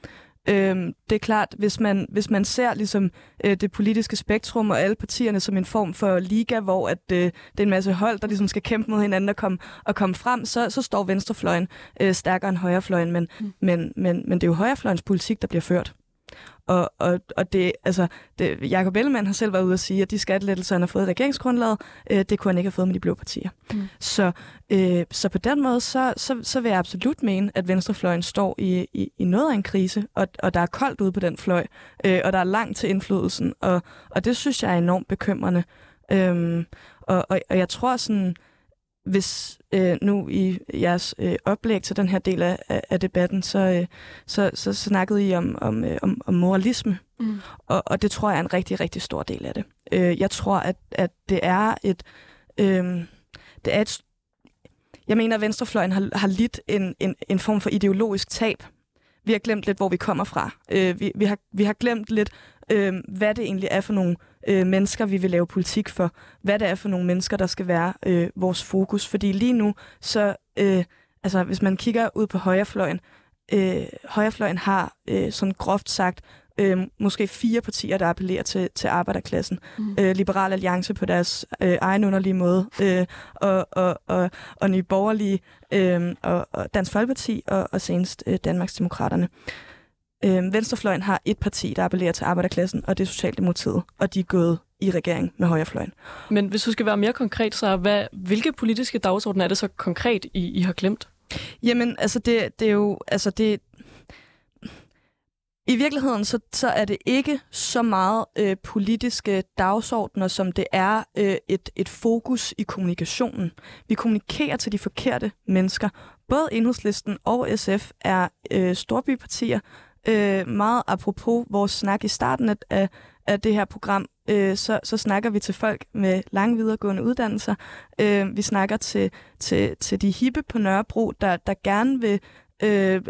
Øhm, det er klart, hvis man, hvis man ser ligesom, øh, det politiske spektrum og alle partierne som en form for liga, hvor at, øh, det er en masse hold, der ligesom skal kæmpe mod hinanden og komme, og komme frem, så, så står venstrefløjen øh, stærkere end højrefløjen, men, mm. men, men, men det er jo højrefløjens politik, der bliver ført. Og, og, og det, altså, det, Jakob Ellemann har selv været ude at sige, at de skattelettelser, han har fået i regeringsgrundlaget, øh, det kunne han ikke have fået med de blå partier. Mm. Så, øh, så på den måde, så, så, så vil jeg absolut mene, at venstrefløjen står i, i, i noget af en krise, og, og der er koldt ude på den fløj, øh, og der er langt til indflydelsen, og, og det synes jeg er enormt bekymrende. Øhm, og, og, og jeg tror sådan, hvis øh, nu i jeres øh, oplæg til den her del af, af debatten, så, øh, så, så, så snakkede I om, om, øh, om, om moralisme, mm. og, og det tror jeg er en rigtig, rigtig stor del af det. Øh, jeg tror, at, at det er et... Øh, det er et jeg mener, at venstrefløjen har, har lidt en, en, en form for ideologisk tab. Vi har glemt lidt, hvor vi kommer fra. Øh, vi, vi, har, vi har glemt lidt, øh, hvad det egentlig er for nogle øh, mennesker, vi vil lave politik for. Hvad det er for nogle mennesker, der skal være øh, vores fokus. Fordi lige nu, så øh, altså, hvis man kigger ud på højrefløjen, øh, højrefløjen har øh, sådan groft sagt øh, måske fire partier, der appellerer til, til arbejderklassen. Mm. Øh, Liberal Alliance på deres øh, egen underlige måde, øh, og, og, og, og Nye Borgerlige, øh, og, og Dansk Folkeparti, og, og senest øh, Danmarksdemokraterne. Øh, Venstrefløjen har et parti, der appellerer til arbejderklassen, og det er Socialdemokratiet, og de er gået i regering med højrefløjen. Men hvis du skal være mere konkret, så hvad, hvilke politiske dagsordner er det så konkret, I, I har glemt? Jamen, altså det, det er jo... Altså det, I virkeligheden så, så er det ikke så meget øh, politiske dagsordner, som det er øh, et, et fokus i kommunikationen. Vi kommunikerer til de forkerte mennesker. Både Enhedslisten og S F er øh, storbypartier. Øh, meget apropos vores snak i starten af, af det her program, øh, så, så snakker vi til folk med lange videregående uddannelser. Øh, vi snakker til, til, til de hippe på Nørrebro, der, der gerne vil øh,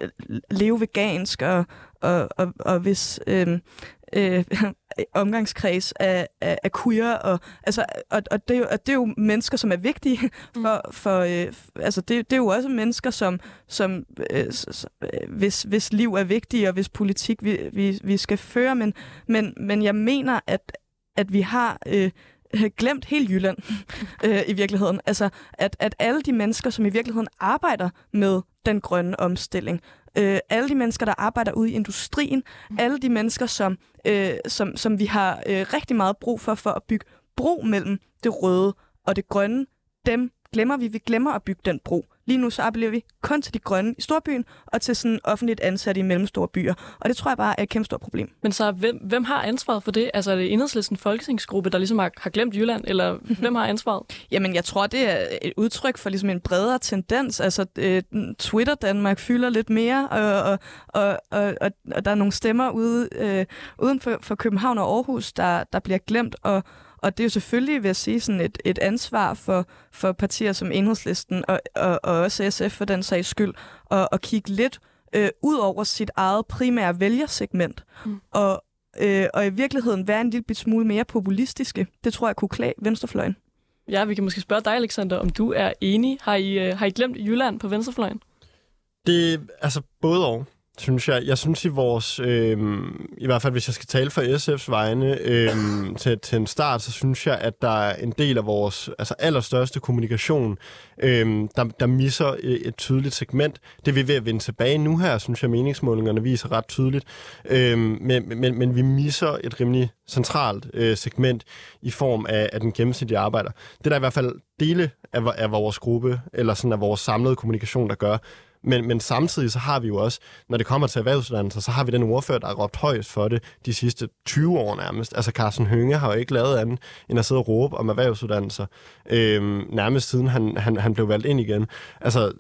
leve vegansk, og, og, og, og hvis øh, øh, omgangskreds af, af, af queer, og, altså, og, og, det er jo, og det er jo mennesker, som er vigtige for, for øh, altså det, det er jo også mennesker, som, som øh, hvis, hvis liv er vigtige, og hvis politik vi, vi, vi skal føre, men, men, men jeg mener, at, at vi har øh, glemt hele Jylland øh, i virkeligheden. Altså, at, at alle de mennesker, som i virkeligheden arbejder med den grønne omstilling, øh, alle de mennesker, der arbejder ude i industrien, alle de mennesker, som, øh, som, som vi har øh, rigtig meget brug for, for at bygge bro mellem det røde og det grønne, dem glemmer vi. Vi glemmer at bygge den bro. Lige nu så appellerer vi kun til de grønne i storbyen, og til sådan offentligt ansatte i mellemstore byer. Og det tror jeg bare er et kæmpe stort problem. Men så hvem, hvem har ansvaret for det? Altså er det Enhedslisten Folketingsgruppe, der ligesom har, har glemt Jylland, eller hvem har ansvaret? Jamen jeg tror, det er et udtryk for ligesom en bredere tendens. Altså øh, Twitter Danmark fylder lidt mere, og, og, og, og, og, og der er nogle stemmer ude, øh, uden for, for København og Aarhus, der, der bliver glemt, og Og det er jo selvfølgelig, vil jeg sige, sådan et, et ansvar for, for partier som Enhedslisten og, og, og også S F for den sags skyld, at, at kigge lidt øh, ud over sit eget primære vælgersegment, mm. og, øh, og i virkeligheden være en lille smule mere populistiske. Det tror jeg kunne klæde venstrefløjen. Ja, vi kan måske spørge dig, Alexander, om du er enig. Har I, øh, har I glemt Jylland på venstrefløjen? Det altså både og. Synes jeg. Jeg synes i vores, øh, i hvert fald hvis jeg skal tale for S F's vegne øh, til, til en start, så synes jeg, at der er en del af vores altså allerstørste kommunikation, øh, der, der misser et, et tydeligt segment. Det er vi ved at vende tilbage nu her, synes jeg, meningsmålingerne viser ret tydeligt. Øh, men, men, men vi misser et rimelig centralt øh, segment i form af, af den gennemsnitlige arbejder. Det er der i hvert fald dele af, af vores gruppe, eller sådan af vores samlede kommunikation, der gør. Men, men samtidig så har vi jo også, når det kommer til erhvervsuddannelser, så har vi den ordfører, der har råbt højst for det de sidste tyve år nærmest. Altså Carsten Hønge har jo ikke lavet andet end at sidde og råbe om erhvervsuddannelser, øhm, nærmest siden han, han, han blev valgt ind igen. Altså,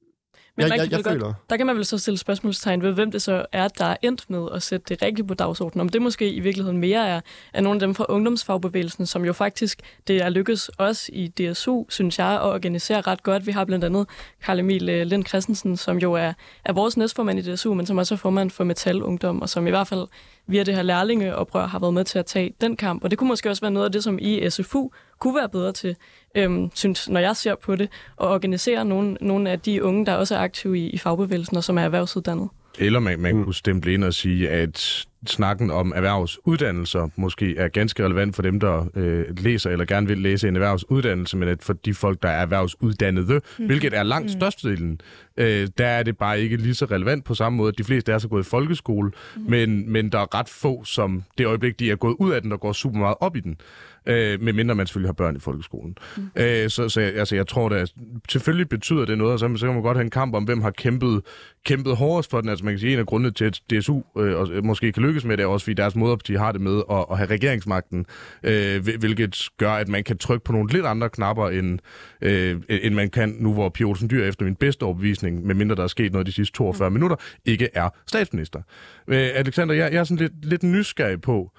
Men jeg, jeg, jeg føler... godt, der kan man vel så stille spørgsmålstegn ved, hvem det så er, der er endt med at sætte det rigtigt på dagsordenen. Om det måske i virkeligheden mere er, er nogle af dem fra ungdomsfagbevægelsen, som jo faktisk, det er lykkedes os i D S U, synes jeg, at organisere ret godt. Vi har blandt andet Karl Emil Lind Christensen, som jo er, er vores næstformand i D S U, men som også er formand for Metal Ungdom, og som i hvert fald via det her lærlingeoprør har været med til at tage den kamp. Og det kunne måske også være noget af det, som I S F U kunne være bedre til, øhm, synes, når jeg ser på det, og organisere nogle, nogle af de unge, der også er aktive i, i fagbevægelsen og som er erhvervsuddannet. Eller man, man Mm. kunne stemple ind og sige, at snakken om erhvervsuddannelser måske er ganske relevant for dem, der øh, læser eller gerne vil læse en erhvervsuddannelse, men at for de folk, der er erhvervsuddannede, mm. hvilket er langt størstedelen, øh, der er det bare ikke lige så relevant på samme måde. De fleste er så gået i folkeskole, mm. men, men der er ret få, som det øjeblik, de er gået ud af den, der går super meget op i den. Øh, medmindre man selvfølgelig har børn i folkeskolen. Mm. Øh, så så altså, jeg tror, at selvfølgelig betyder det noget, og så, så kan man godt have en kamp om, hvem har kæmpet, kæmpet hårdest for den. Altså man kan sige, en af grundene til, at D S U øh, og, måske kan lykkes med det, er også fordi deres moderparti har det med at, at have regeringsmagten, øh, hvilket gør, at man kan trykke på nogle lidt andre knapper, end, øh, end man kan nu, hvor Pia Olsen Dyhr efter min bedste overbevisning, medmindre der er sket noget de sidste toogfyrre mm. minutter, ikke er statsminister. Øh, Alexander, jeg, jeg er sådan lidt, lidt nysgerrig på,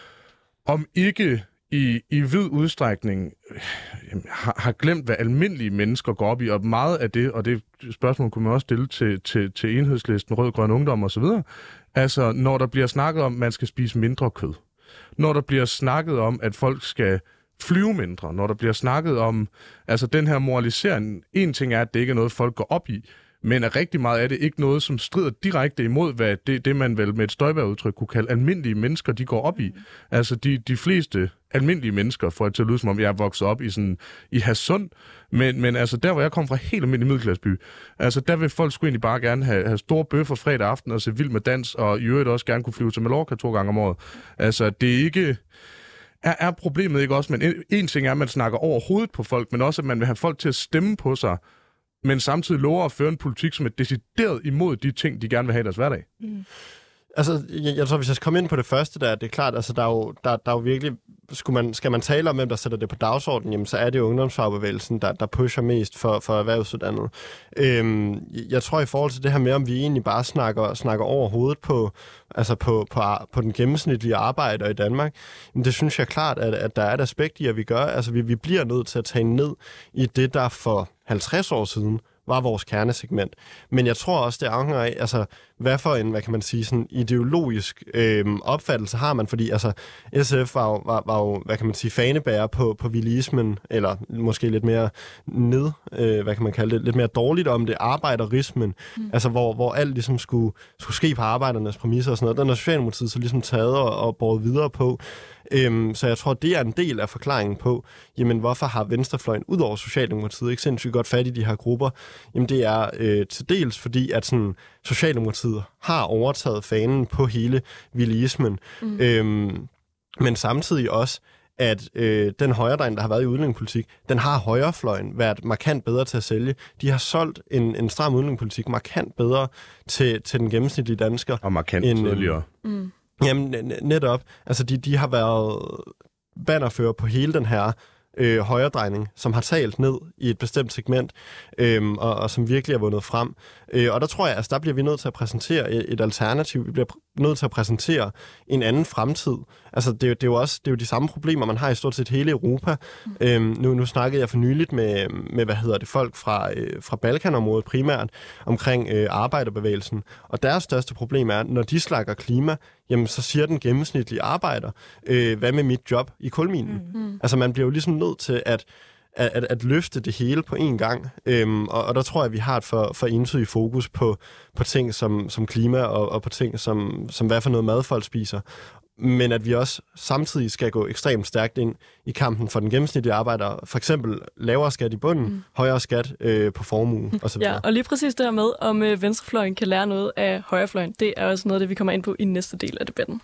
om ikke i, i vid udstrækning øh, har, har glemt, hvad almindelige mennesker går op i, og meget af det, og det spørgsmål kunne man også stille til, til, til Enhedslisten, Rød Grøn Ungdom osv., altså når der bliver snakket om, at man skal spise mindre kød, når der bliver snakket om, at folk skal flyve mindre, når der bliver snakket om, altså den her moralisering, en ting er, at det ikke er noget, folk går op i, men er rigtig meget af det ikke noget, som strider direkte imod, hvad det, det man vel med et Støjberg-udtryk kunne kalde almindelige mennesker, de går op i. Altså de, de fleste almindelige mennesker, får jeg til at lyde som om, jeg er vokset op i, sådan, i Hadsund, men, men altså der, hvor jeg kommer fra helt almindelig middelklasseby, altså der vil folk sgu egentlig bare gerne have, have store bøffer fredag aften og se vild med dans, og i øvrigt også gerne kunne flyve til Mallorca to gange om året. Altså det er ikke... Er, er problemet ikke også, men en, en ting er, at man snakker over hovedet på folk, men også, at man vil have folk til at stemme på sig, men samtidig lover at føre en politik, som er decideret imod de ting, de gerne vil have i deres hverdag. Mm. Altså, jeg, jeg tror, hvis jeg skal komme ind på det første, der, det er klart, altså, der er jo, der, der er jo virkelig, skulle man, skal man tale om, hvem der sætter det på dagsordenen, jamen, så er det jo ungdomsfagbevægelsen, der, der pusher mest for, for erhvervsuddannet. Øhm, jeg tror, i forhold til det her med, om vi egentlig bare snakker, snakker over hovedet på, altså på, på, på den gennemsnitlige arbejder i Danmark, jamen, det synes jeg klart, at, at der er et aspekt i, at vi gør. Altså, vi, vi bliver nødt til at tage ned i det, der for halvtreds år siden var vores kernesegment. Men jeg tror også, det afhænger af, altså, hvad for en, hvad kan man sige, sådan ideologisk øh, opfattelse har man, fordi altså, S F var jo, var, var jo, hvad kan man sige, fanebærer på, på villismen, eller måske lidt mere ned, øh, hvad kan man kalde det, lidt mere dårligt om det, arbejderismen, mm. altså hvor, hvor alt ligesom skulle, skulle ske på arbejdernes præmisser og sådan noget. Den er Socialdemokratiet så ligesom taget og, og båret videre på. Øhm, så jeg tror, det er en del af forklaringen på, jamen hvorfor har venstrefløjen ud over Socialdemokratiet ikke sindssygt godt fat i de her grupper? Jamen det er øh, til dels fordi, at sådan, Socialdemokratiet har overtaget fanen på hele villismen, mm. øhm, men samtidig også, at øh, den højredrejning, der har været i udlændingepolitik, den har højrefløjen været markant bedre til at sælge. De har solgt en, en stram udlændingepolitik markant bedre til, til den gennemsnitlige dansker. Og markant end, tydeligere. Mm. Jamen, netop. Altså, de, de har været bannerfører på hele den her øh, højredrejning, som har talt ned i et bestemt segment, øh, og, og som virkelig er vundet frem. Øh, og der tror jeg, altså, der bliver vi nødt til at præsentere et, et alternativ. Vi bliver nødt til at præsentere en anden fremtid. Altså, det, det er jo også det er jo de samme problemer, man har i stort set hele Europa. Mm. Øhm, nu, nu snakkede jeg for nyligt med, med, hvad hedder det, folk fra, øh, fra Balkanområdet primært, omkring øh, arbejderbevægelsen. Og deres største problem er, når de slakker klima, jamen, så siger den gennemsnitlige arbejder, øh, hvad med mit job i kulminen? Mm. Altså, man bliver jo ligesom nødt til at At, at, at løfte det hele på én gang. Øhm, og, og der tror jeg, at vi har et for, for entydigt fokus på, på ting som, som klima, og, og på ting som, som hvad for noget mad folk spiser. Men at vi også samtidig skal gå ekstremt stærkt ind i kampen for den gennemsnitlige arbejder. For eksempel lavere skat i bunden, mm. højere skat øh, på formue osv. Ja, og lige præcis det her med, om øh, venstrefløjen kan lære noget af højrefløjen, det er også noget, det vi kommer ind på i næste del af debatten.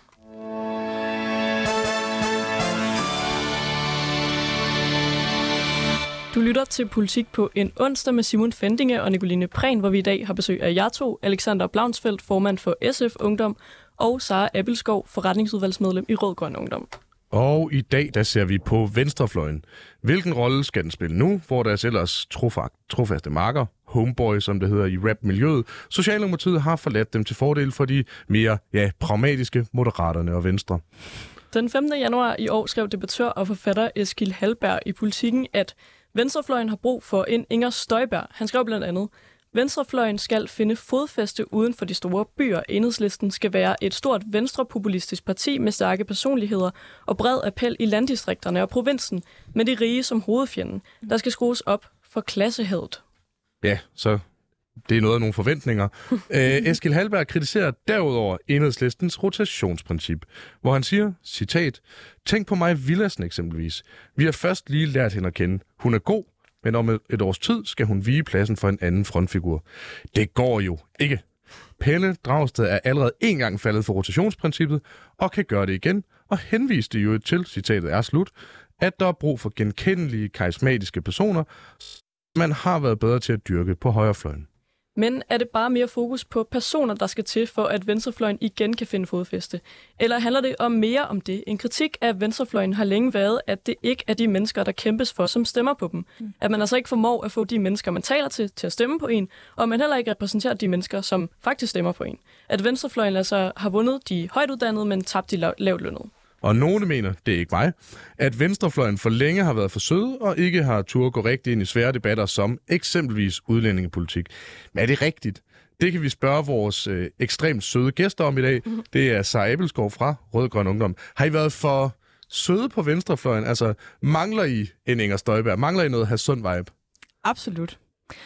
Du lytter til Politik på en onsdag med Simon Fendinge og Nicoline Prehn, hvor vi i dag har besøg af jer to, Alexander Blaunsfeldt, formand for S F Ungdom, og Sara Abelskov, forretningsudvalgsmedlem i Rød Grøn Ungdom. Og i dag, der ser vi på venstrefløjen. Hvilken rolle skal den spille nu, hvor deres ellers trofaste marker, homeboy, som det hedder i rap-miljøet, Socialdemokratiet har forladt dem til fordel for de mere ja, pragmatiske Moderaterne og Venstre. Den femte januar i år skrev debattør og forfatter Eskil Halberg i Politikken, at venstrefløjen har brug for en Inger Støjberg. Han skrev blandt andet, venstrefløjen skal finde fodfæste uden for de store byer. Enhedslisten skal være et stort venstrepopulistisk parti med stærke personligheder og bred appel i landdistrikterne og provinsen, med de rige som hovedfjenden. Der skal skrues op for klassehadet. Ja, så det er noget af nogle forventninger. Æ, Eskil Halberg kritiserer derudover Enhedslistens rotationsprincip, hvor han siger, citat, tænk på mig Villadsen eksempelvis. Vi har først lige lært hende at kende. Hun er god, men om et års tid skal hun vige pladsen for en anden frontfigur. Det går jo ikke. Pelle Dragsted er allerede en gang faldet for rotationsprincippet og kan gøre det igen, og henviste jo til, citatet er slut, at der er brug for genkendelige, karismatiske personer, man har været bedre til at dyrke på højrefløjen. Men er det bare mere fokus på personer, der skal til, for at venstrefløjen igen kan finde fodfæste? Eller handler det om mere om det? En kritik af venstrefløjen har længe været, at det ikke er de mennesker, der kæmpes for, som stemmer på dem. Mm. At man altså ikke formår at få de mennesker, man taler til, til at stemme på en, og man heller ikke repræsenterer de mennesker, som faktisk stemmer på en. At venstrefløjen altså har vundet de højtuddannede, men tabt de lav- lavtlønnede. Og nogle mener, det er ikke mig, at venstrefløjen for længe har været for søde og ikke har turde gå rigtig ind i svære debatter som eksempelvis udlændingepolitik. Men er det rigtigt? Det kan vi spørge vores øh, ekstremt søde gæster om i dag. Mm-hmm. Det er Sara Abelskov fra Rød Grøn Ungdom. Har I været for søde på venstrefløjen? Altså, mangler I en Inger Støjberg? Mangler I noget Hadsund vibe? Absolut.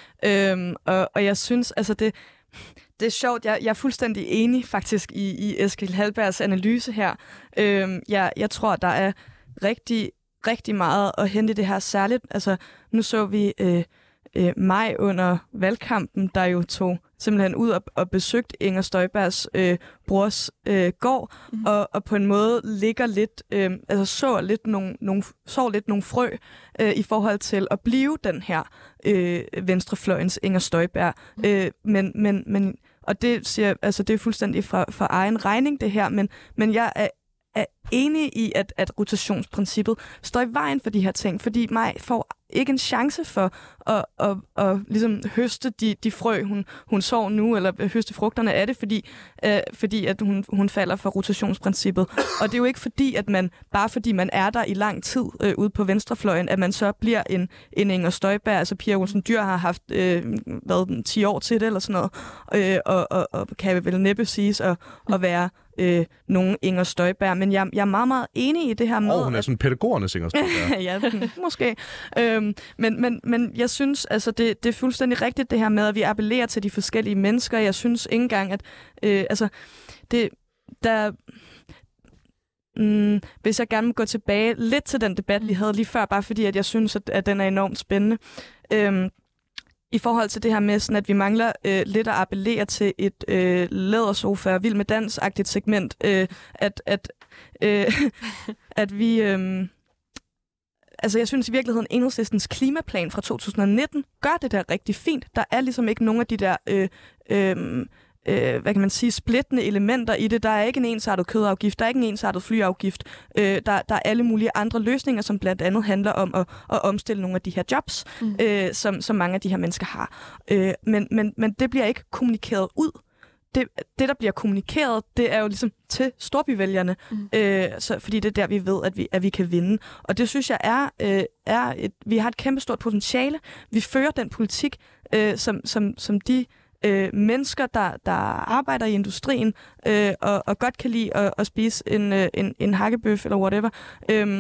Øhm, og, og jeg synes, altså det... Det er sjovt. Jeg, jeg er fuldstændig enig faktisk i, i Eskil Halbergs analyse her. Øhm, jeg, jeg tror, der er rigtig, rigtig meget at hente det her særligt. Altså, nu så vi øh, øh, mig under valgkampen, der jo tog simpelthen ud og, og besøgte Inger Støjbergs øh, brors øh, gård, mm-hmm. og, og på en måde ligger lidt, øh, altså så lidt nogle, nogle, så lidt nogle frø øh, i forhold til at blive den her øh, venstrefløjens Inger Støjberg. Mm. Øh, men, men, men, og det siger, altså det er fuldstændig fra, fra egen regning det her, men, men jeg er er enig i, at, at rotationsprincippet står i vejen for de her ting, fordi mig får ikke en chance for at, at, at, at ligesom høste de, de frø, hun, hun sår nu, eller høste frugterne af det, fordi, øh, fordi at hun, hun falder for rotationsprincippet. Og det er jo ikke fordi, at man, bare fordi man er der i lang tid øh, ude på venstrefløjen, at man så bliver en, en Inger Støjberg. Altså Pia Olsen Dyhr har haft øh, hvad, ti år til det, eller sådan noget, øh, og, og, og kan vel næppe siges at, at være Øh, nogen Inger Støjberg, men jeg, jeg er meget, meget enig i det her med... Og hun er sådan pædagogernes Inger Støjberg. Ja, måske. Øhm, men, men, men jeg synes, altså det, det er fuldstændig rigtigt det her med, at vi appellerer til de forskellige mennesker. Jeg synes ikke engang, at... Øh, altså, det... Der, mm, hvis jeg gerne må gå tilbage lidt til den debat, vi havde lige før, bare fordi, at jeg synes, at, at den er enormt spændende. Øhm, I forhold til det her med, sådan, at vi mangler øh, lidt at appellere til et øh, lædersofa og vild med dans-agtigt segment, øh, at, at, øh, at vi... Øh, altså, jeg synes i virkeligheden, Enhedslistens klimaplan fra to tusind nitten gør det der rigtig fint. Der er ligesom ikke nogen af de der... Øh, øh, Øh, hvad kan man sige, splittende elementer i det. Der er ikke en ensartet kødafgift, der er ikke en ensartet flyafgift. Øh, der, der er alle mulige andre løsninger, som blandt andet handler om at, at omstille nogle af de her jobs, mm. øh, som, som mange af de her mennesker har. Øh, men, men, men det bliver ikke kommunikeret ud. Det, det, der bliver kommunikeret, det er jo ligesom til storbyvælgerne, mm. øh, så, fordi det er der, vi ved, at vi, at vi kan vinde. Og det synes jeg er, øh, er et, vi har et kæmpestort potentiale. Vi fører den politik, øh, som, som, som de Øh, mennesker, der, der arbejder i industrien øh, og, og godt kan lide at, at spise en, øh, en, en hakkebøf eller whatever. Øh,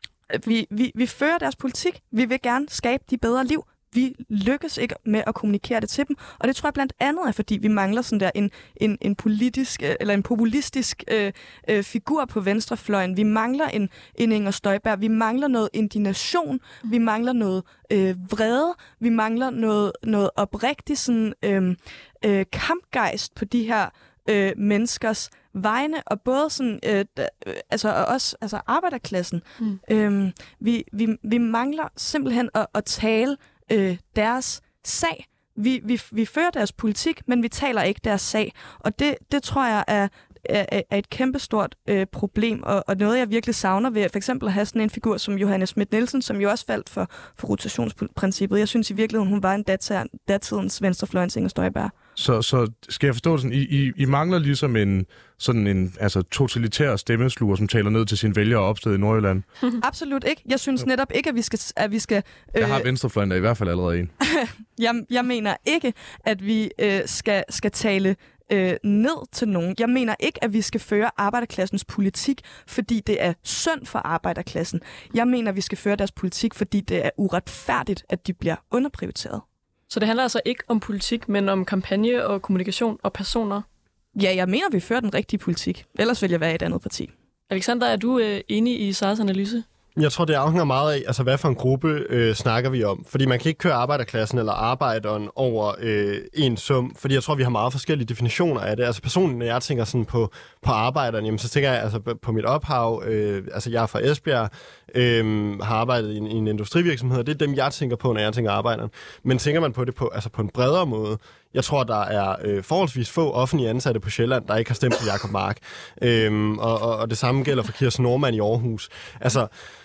vi, vi, vi fører deres politik. Vi vil gerne skabe de bedre liv. Vi lykkes ikke med at kommunikere det til dem, og det tror jeg blandt andet er, fordi vi mangler sådan der en, en, en politisk eller en populistisk øh, øh, figur på venstrefløjen. Vi mangler en, en Inger Støjberg. Vi mangler noget indignation. Vi mangler noget øh, vrede. Vi mangler noget, noget oprigtigt sådan, øh, øh, kampgejst på de her øh, menneskers vegne, og både sådan, øh, øh, altså og også altså arbejderklassen. Mm. Øh, vi, vi, vi mangler simpelthen at, at tale Øh, deres sag. Vi, vi, vi fører deres politik, men vi taler ikke deres sag. Og det, det tror jeg er, er, er et kæmpestort øh, problem, og, og noget, jeg virkelig savner ved for eksempel at have sådan en figur som Johanne Schmidt-Nielsen, som jo også faldt for, for rotationsprincippet. Jeg synes i virkeligheden, hun var en datter, datidens venstrefløjens Inger Støjberg. Så, så skal jeg forstå sådan, I, I, I mangler ligesom en sådan en altså, totalitær stemmesluger, som taler ned til sine vælgere opsted i Nordjylland? Absolut ikke. Jeg synes netop ikke, at vi skal... At vi skal øh... Jeg har venstrefløjen der i hvert fald allerede en. jeg, jeg mener ikke, at vi øh, skal, skal tale øh, ned til nogen. Jeg mener ikke, at vi skal føre arbejderklassens politik, fordi det er synd for arbejderklassen. Jeg mener, at vi skal føre deres politik, fordi det er uretfærdigt, at de bliver underprioriteret. Så det handler altså ikke om politik, men om kampagne og kommunikation og personer. Ja, jeg mener, vi fører den rigtige politik. Ellers vil jeg være i et andet parti. Alexander, er du øh, enig i Saras analyse? Jeg tror, det afhænger meget af, altså hvad for en gruppe øh, snakker vi om. Fordi man kan ikke køre arbejderklassen eller arbejderen over øh, en sum, fordi jeg tror, vi har meget forskellige definitioner af det. Altså personligt, når jeg tænker sådan på, på arbejderen, jamen, så tænker jeg altså på mit ophav, øh, altså jeg er fra Esbjerg, øh, har arbejdet i en, i en industrivirksomhed, og det er dem, jeg tænker på, når jeg tænker arbejderen. Men tænker man på det på, altså på en bredere måde, jeg tror, der er øh, forholdsvis få offentlige ansatte på Sjælland, der ikke har stemt på Jacob Mark. Øhm, og, og, og det samme gælder for Kirsten Normann i Aarhus. Altså,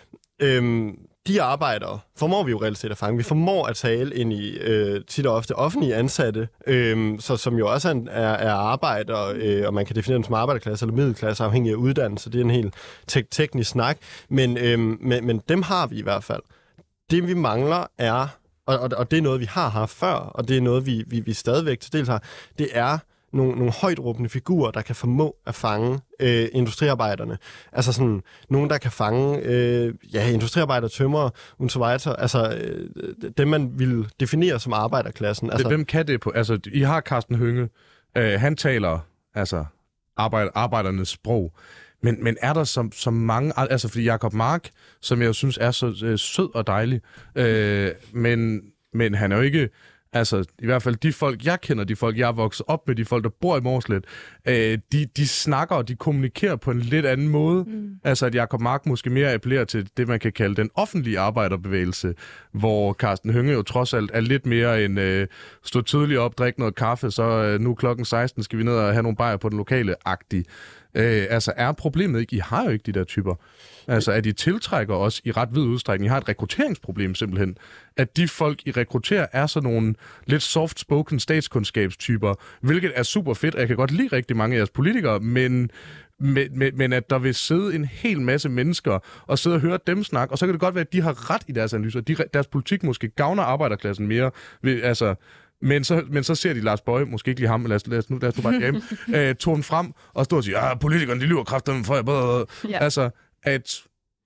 øhm, de arbejdere formår vi jo reelt set at fange. Vi formår at tale ind i øh, tit og ofte offentlige ansatte, øh, så, som jo også er, er arbejdere, øh, og man kan definere dem som arbejderklasse eller middelklasse, afhængig af uddannelse. Det er en helt te- teknisk snak. Men, øh, men, men dem har vi i hvert fald. Det vi mangler er, og, og, og det er noget, vi har haft før, og det er noget, vi, vi, vi stadigvæk til dels har, det er nogle, nogle højtråbende figurer, der kan formå at fange øh, industriarbejderne. Altså sådan nogen, der kan fange øh, ja, industriarbejder, tømrer, und so weiter. Altså øh, dem, man vil definere som arbejderklassen. Altså, Hvem kan det på? Altså, I har Karsten Hønge. Øh, han taler altså arbejder, arbejdernes sprog. Men, men er der så, så mange... Altså, fordi Jacob Mark, som jeg jo synes er så øh, sød og dejlig, øh, men, men han er jo ikke... Altså, i hvert fald de folk, jeg kender, de folk, jeg er vokset op med, de folk, der bor i Mårslet, øh, de, de snakker og de kommunikerer på en lidt anden måde. Mm. Altså, at Jacob Mark måske mere appellerer til det, man kan kalde den offentlige arbejderbevægelse, hvor Karsten Hønge jo trods alt er lidt mere en øh, stå tidligt op, drikke noget kaffe, så øh, nu klokken seksten skal vi ned og have nogle bajer på den lokale-agtige. Øh, altså, er problemet ikke? I har jo ikke de der typer. Altså, at I tiltrækker også i ret vid udstrækning. I har et rekrutteringsproblem simpelthen. At de folk, I rekrutterer, er sådan nogle lidt soft-spoken statskundskabstyper, hvilket er super fedt. Jeg kan godt lide rigtig mange af jeres politikere, men, men, men, men at der vil sidde en hel masse mennesker og sidde og høre dem snakke, og så kan det godt være, at de har ret i deres analyser. De, deres politik måske gavner arbejderklassen mere. Ved, altså... Men så, men så ser de Lars Boje, måske ikke lige ham, men lad os, lad os, nu, lad os nu bare hjemme, øh, tog den frem og stod og siger, ah, politikerne, de lyver kraftedeme for jer. Både. Ja. Altså, at,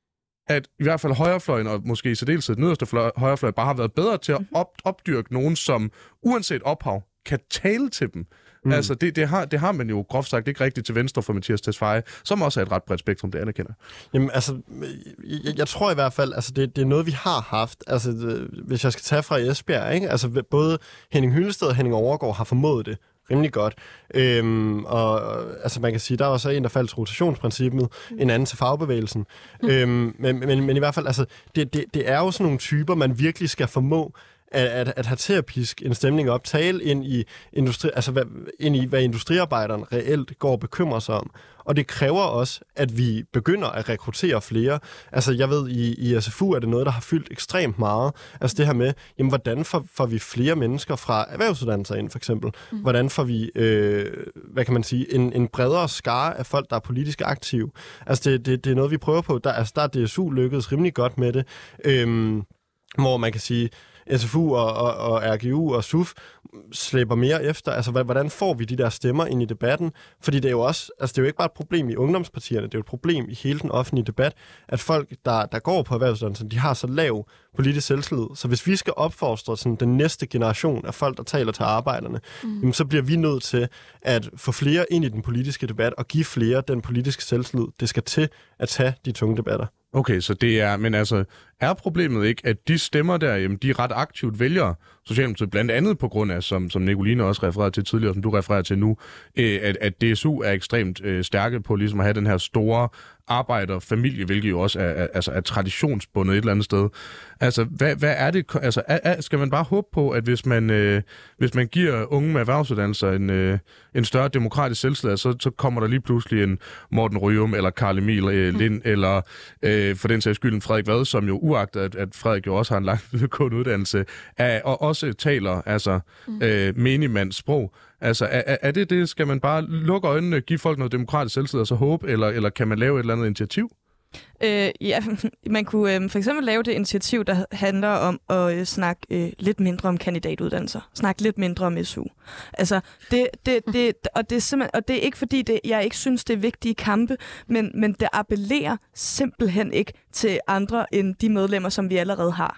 at i hvert fald højrefløjen, og måske i særdeleshed den nederste fløj, højrefløj, bare har været bedre til at op, opdyrke nogen, som uanset ophav, kan tale til dem. Mm. Altså, det, det, har, det har man jo groft sagt ikke rigtigt til venstre for Mathias Tesfaye, som også er et ret bredt spektrum, det anerkender. Jamen, altså, jeg, jeg tror i hvert fald, altså, det, det er noget, vi har haft. Altså, det, hvis jeg skal tage fra Esbjerg, ikke? Altså, både Henning Hyllested og Henning Overgaard har formået det rimelig godt. Øhm, og altså, man kan sige, der var så en, der faldt til rotationsprincippet, mm. en anden til fagbevægelsen. Mm. Øhm, men, men, men i hvert fald, altså, det, det, det er jo sådan nogle typer, man virkelig skal formå At, at, at have til at piske en stemning op, tale ind i, industri, altså hvad, ind i, hvad industriarbejderen reelt går og bekymrer sig om. Og det kræver også, at vi begynder at rekruttere flere. Altså jeg ved, i, i S F U er det noget, der har fyldt ekstremt meget. Altså det her med, jamen hvordan får, får vi flere mennesker fra erhvervsuddannelser ind, for eksempel? Mm. Hvordan får vi, øh, hvad kan man sige, en, en bredere skare af folk, der er politisk aktive? Altså det, det, det er noget, vi prøver på. Der, altså, der er D S U lykkedes rimelig godt med det. Øhm, hvor man kan sige, S F U og, og, og R G U og S U F slæber mere efter. Altså, hvordan får vi de der stemmer ind i debatten? Fordi det er jo også, altså det er jo ikke bare et problem i ungdomspartierne, det er jo et problem i hele den offentlige debat, at folk, der, der går på erhvervsuddannelsen, de har så lav politisk selvtillid. Så hvis vi skal opfostre sådan, den næste generation af folk, der taler til arbejderne, mm. jamen, så bliver vi nødt til at få flere ind i den politiske debat og give flere den politiske selvtillid, det skal til at tage de tunge debatter. Okay, så det er, men altså, er problemet ikke, at de stemmer der, jamen, de ret aktivt vælger Socialdemokratiet, blandt andet på grund af, som, som Nicoline også refererede til tidligere, som du refererer til nu, øh, at, at D S U er ekstremt øh, stærke på ligesom at have den her store arbejderfamilie, hvilket jo også er, er, altså er traditionsbundet et eller andet sted. Altså, hvad, hvad er det? Altså, er, er, skal man bare håbe på, at hvis man, øh, hvis man giver unge med erhvervsuddannelser en, øh, en større demokratisk selvtillid, så, så kommer der lige pludselig en Morten Ryum, eller Carl Emil øh, Lind, mm. eller øh, for den sags skyld en Frederik Vad, som jo uagtet, at, at Frederik jo også har en lang videregående uddannelse, er, og også taler altså mm. øh, menigmands sprog. Altså, er, er det det? Skal man bare lukke øjnene, give folk noget demokratisk selvtillid og så håbe, eller, eller kan man lave et eller andet initiativ? Øh, ja, man kunne øh, for eksempel lave det initiativ, der handler om at øh, snakke øh, lidt mindre om kandidatuddannelser. Snakke lidt mindre om S U. Altså, det, det, det, og, det er simpelthen, og det er ikke fordi, det, jeg ikke synes, det er vigtige kampe, men, men det appellerer simpelthen ikke til andre end de medlemmer, som vi allerede har.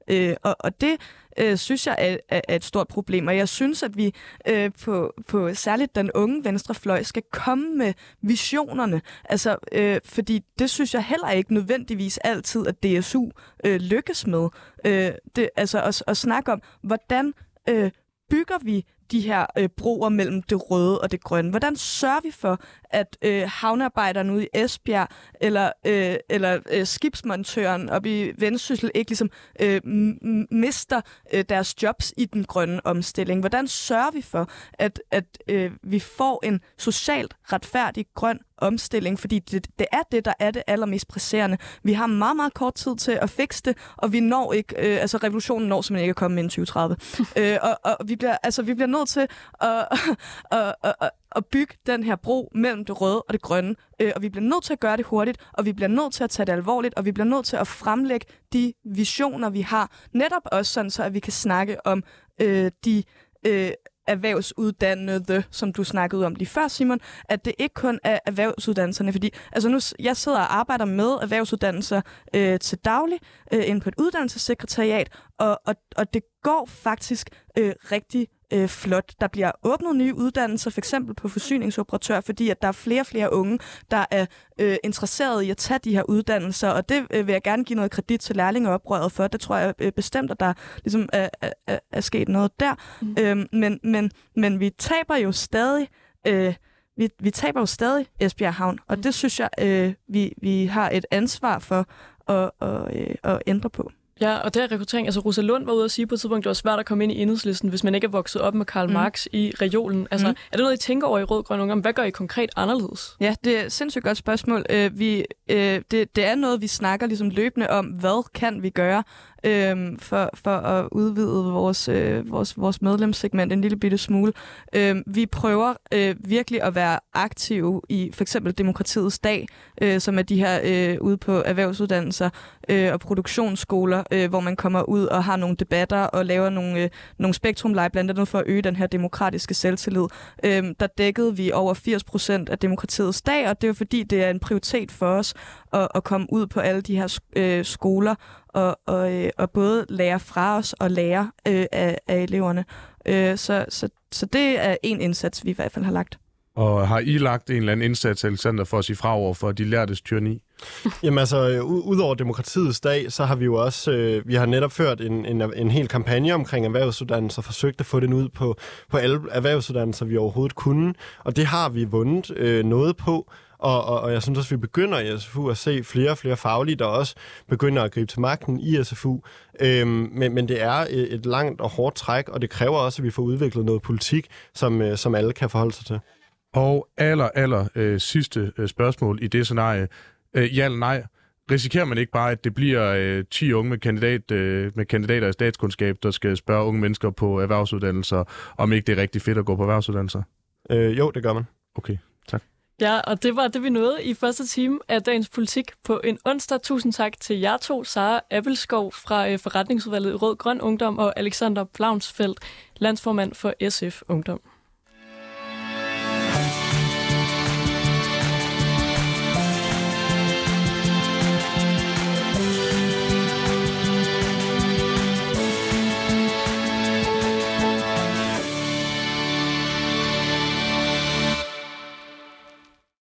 Øh, og, og det øh, synes jeg er, er, er et stort problem, og jeg synes, at vi øh, på, på særligt den unge venstrefløj skal komme med visionerne, altså, øh, fordi det synes jeg heller ikke nødvendigvis altid, at D S U øh, lykkes med. Øh, det, altså at, at snakke om, hvordan øh, bygger vi de her øh, broer mellem det røde og det grønne? Hvordan sørger vi for, at øh, havnearbejderne ude i Esbjerg eller, øh, eller øh, skibsmontøren oppe i Vendsyssel ikke ligesom øh, m- mister øh, deres jobs i den grønne omstilling? Hvordan sørger vi for, at, at øh, vi får en socialt retfærdig grøn omstilling? Fordi det, det er det, der er det allermest presserende. Vi har meget, meget kort tid til at fikse det, og vi når ikke, øh, altså revolutionen når simpelthen ikke at komme inden tyve tredive. øh, og, og vi bliver, altså, vi bliver nødt til at, at, at, at, at bygge den her bro mellem det røde og det grønne. Øh, og vi bliver nødt til at gøre det hurtigt, og vi bliver nødt til at tage det alvorligt, og vi bliver nødt til at fremlægge de visioner, vi har. Netop også sådan, så at vi kan snakke om øh, de øh, erhvervsuddannede, som du snakkede om lige før, Simon, at det ikke kun er erhvervsuddannelserne, fordi altså nu, jeg sidder og arbejder med erhvervsuddannelser øh, til daglig øh, inde på et uddannelsessekretariat, og, og, og det går faktisk øh, rigtig øh, flot. Der bliver åbnet nye uddannelser, for eksempel på forsyningsoperatør, fordi at der er flere og flere unge, der er øh, interesserede i at tage de her uddannelser, og det øh, vil jeg gerne give noget kredit til lærlingeoprøret for. Det tror jeg øh, bestemt, at der ligesom er, er, er sket noget der. Mm. Øhm, men, men, men vi taber jo stadig øh, vi, vi taber jo stadig Esbjerg Havn, og det synes jeg, øh, vi, vi har et ansvar for at, at, øh, at ændre på. Ja, og det er rekruttering. Altså, Rosa Lund var ude at sige på et tidspunkt, det var svært at komme ind i Enhedslisten, hvis man ikke er vokset op med Karl Marx mm. i reolen. Altså, mm. er det noget, I tænker over i Rød Grøn Ungdom? Hvad gør I konkret anderledes? Ja, det er et sindssygt godt spørgsmål. Øh, vi, øh, det, det er noget, vi snakker ligesom løbende om, hvad kan vi gøre øh, for, for at udvide vores, øh, vores, vores medlemssegment en lille bitte smule. Øh, vi prøver øh, virkelig at være aktive i for eksempel Demokratiets Dag, øh, som er de her øh, ude på erhvervsuddannelser øh, og produktionsskoler, øh, hvor man kommer ud og har nogle debatter og laver nogle, øh, nogle spektrumlege, blandt andet for at øge den her demokratiske selvtillid. Øh, der dækkede vi over firs procent af Demokratiets Dag, og det er jo fordi, det er en prioritet for os at, at komme ud på alle de her øh, skoler og, og, øh, og både lære fra os og lære øh, af, af eleverne. Øh, så, så, så det er en indsats, vi i hvert fald har lagt. Og har I lagt en eller anden indsats, Alexander, for at sige fra over for de lærtes tyranni? Jamen altså, udover Demokratiets Dag, så har vi jo også, øh, vi har netop ført en, en, en hel kampagne omkring erhvervsuddannelser, forsøgt at få den ud på, på alle erhvervsuddannelser, vi overhovedet kunne, og det har vi vundet øh, noget på. Og, og, og jeg synes også, vi begynder i S F U at se flere og flere faglige, der også begynder at gribe til magten i S F U. Øhm, men, men det er et, et langt og hårdt træk, og det kræver også, at vi får udviklet noget politik, som, øh, som alle kan forholde sig til. Og aller, aller øh, sidste øh, spørgsmål i det scenarie. Øh, ja eller nej? Risikerer man ikke bare, at det bliver øh, ti unge med, kandidat, øh, med kandidater i statskundskab, der skal spørge unge mennesker på erhvervsuddannelser, om ikke det er rigtig fedt at gå på erhvervsuddannelser? Øh, jo, det gør man. Okay, tak. Ja, og det var det, vi nåede i første time af dagens politik på en onsdag. Tusind tak til jer to, Sara Abelskov fra øh, forretningsudvalget i Rød Grøn Ungdom og Alexander Blaunsfeldt, landsformand for S F Ungdom.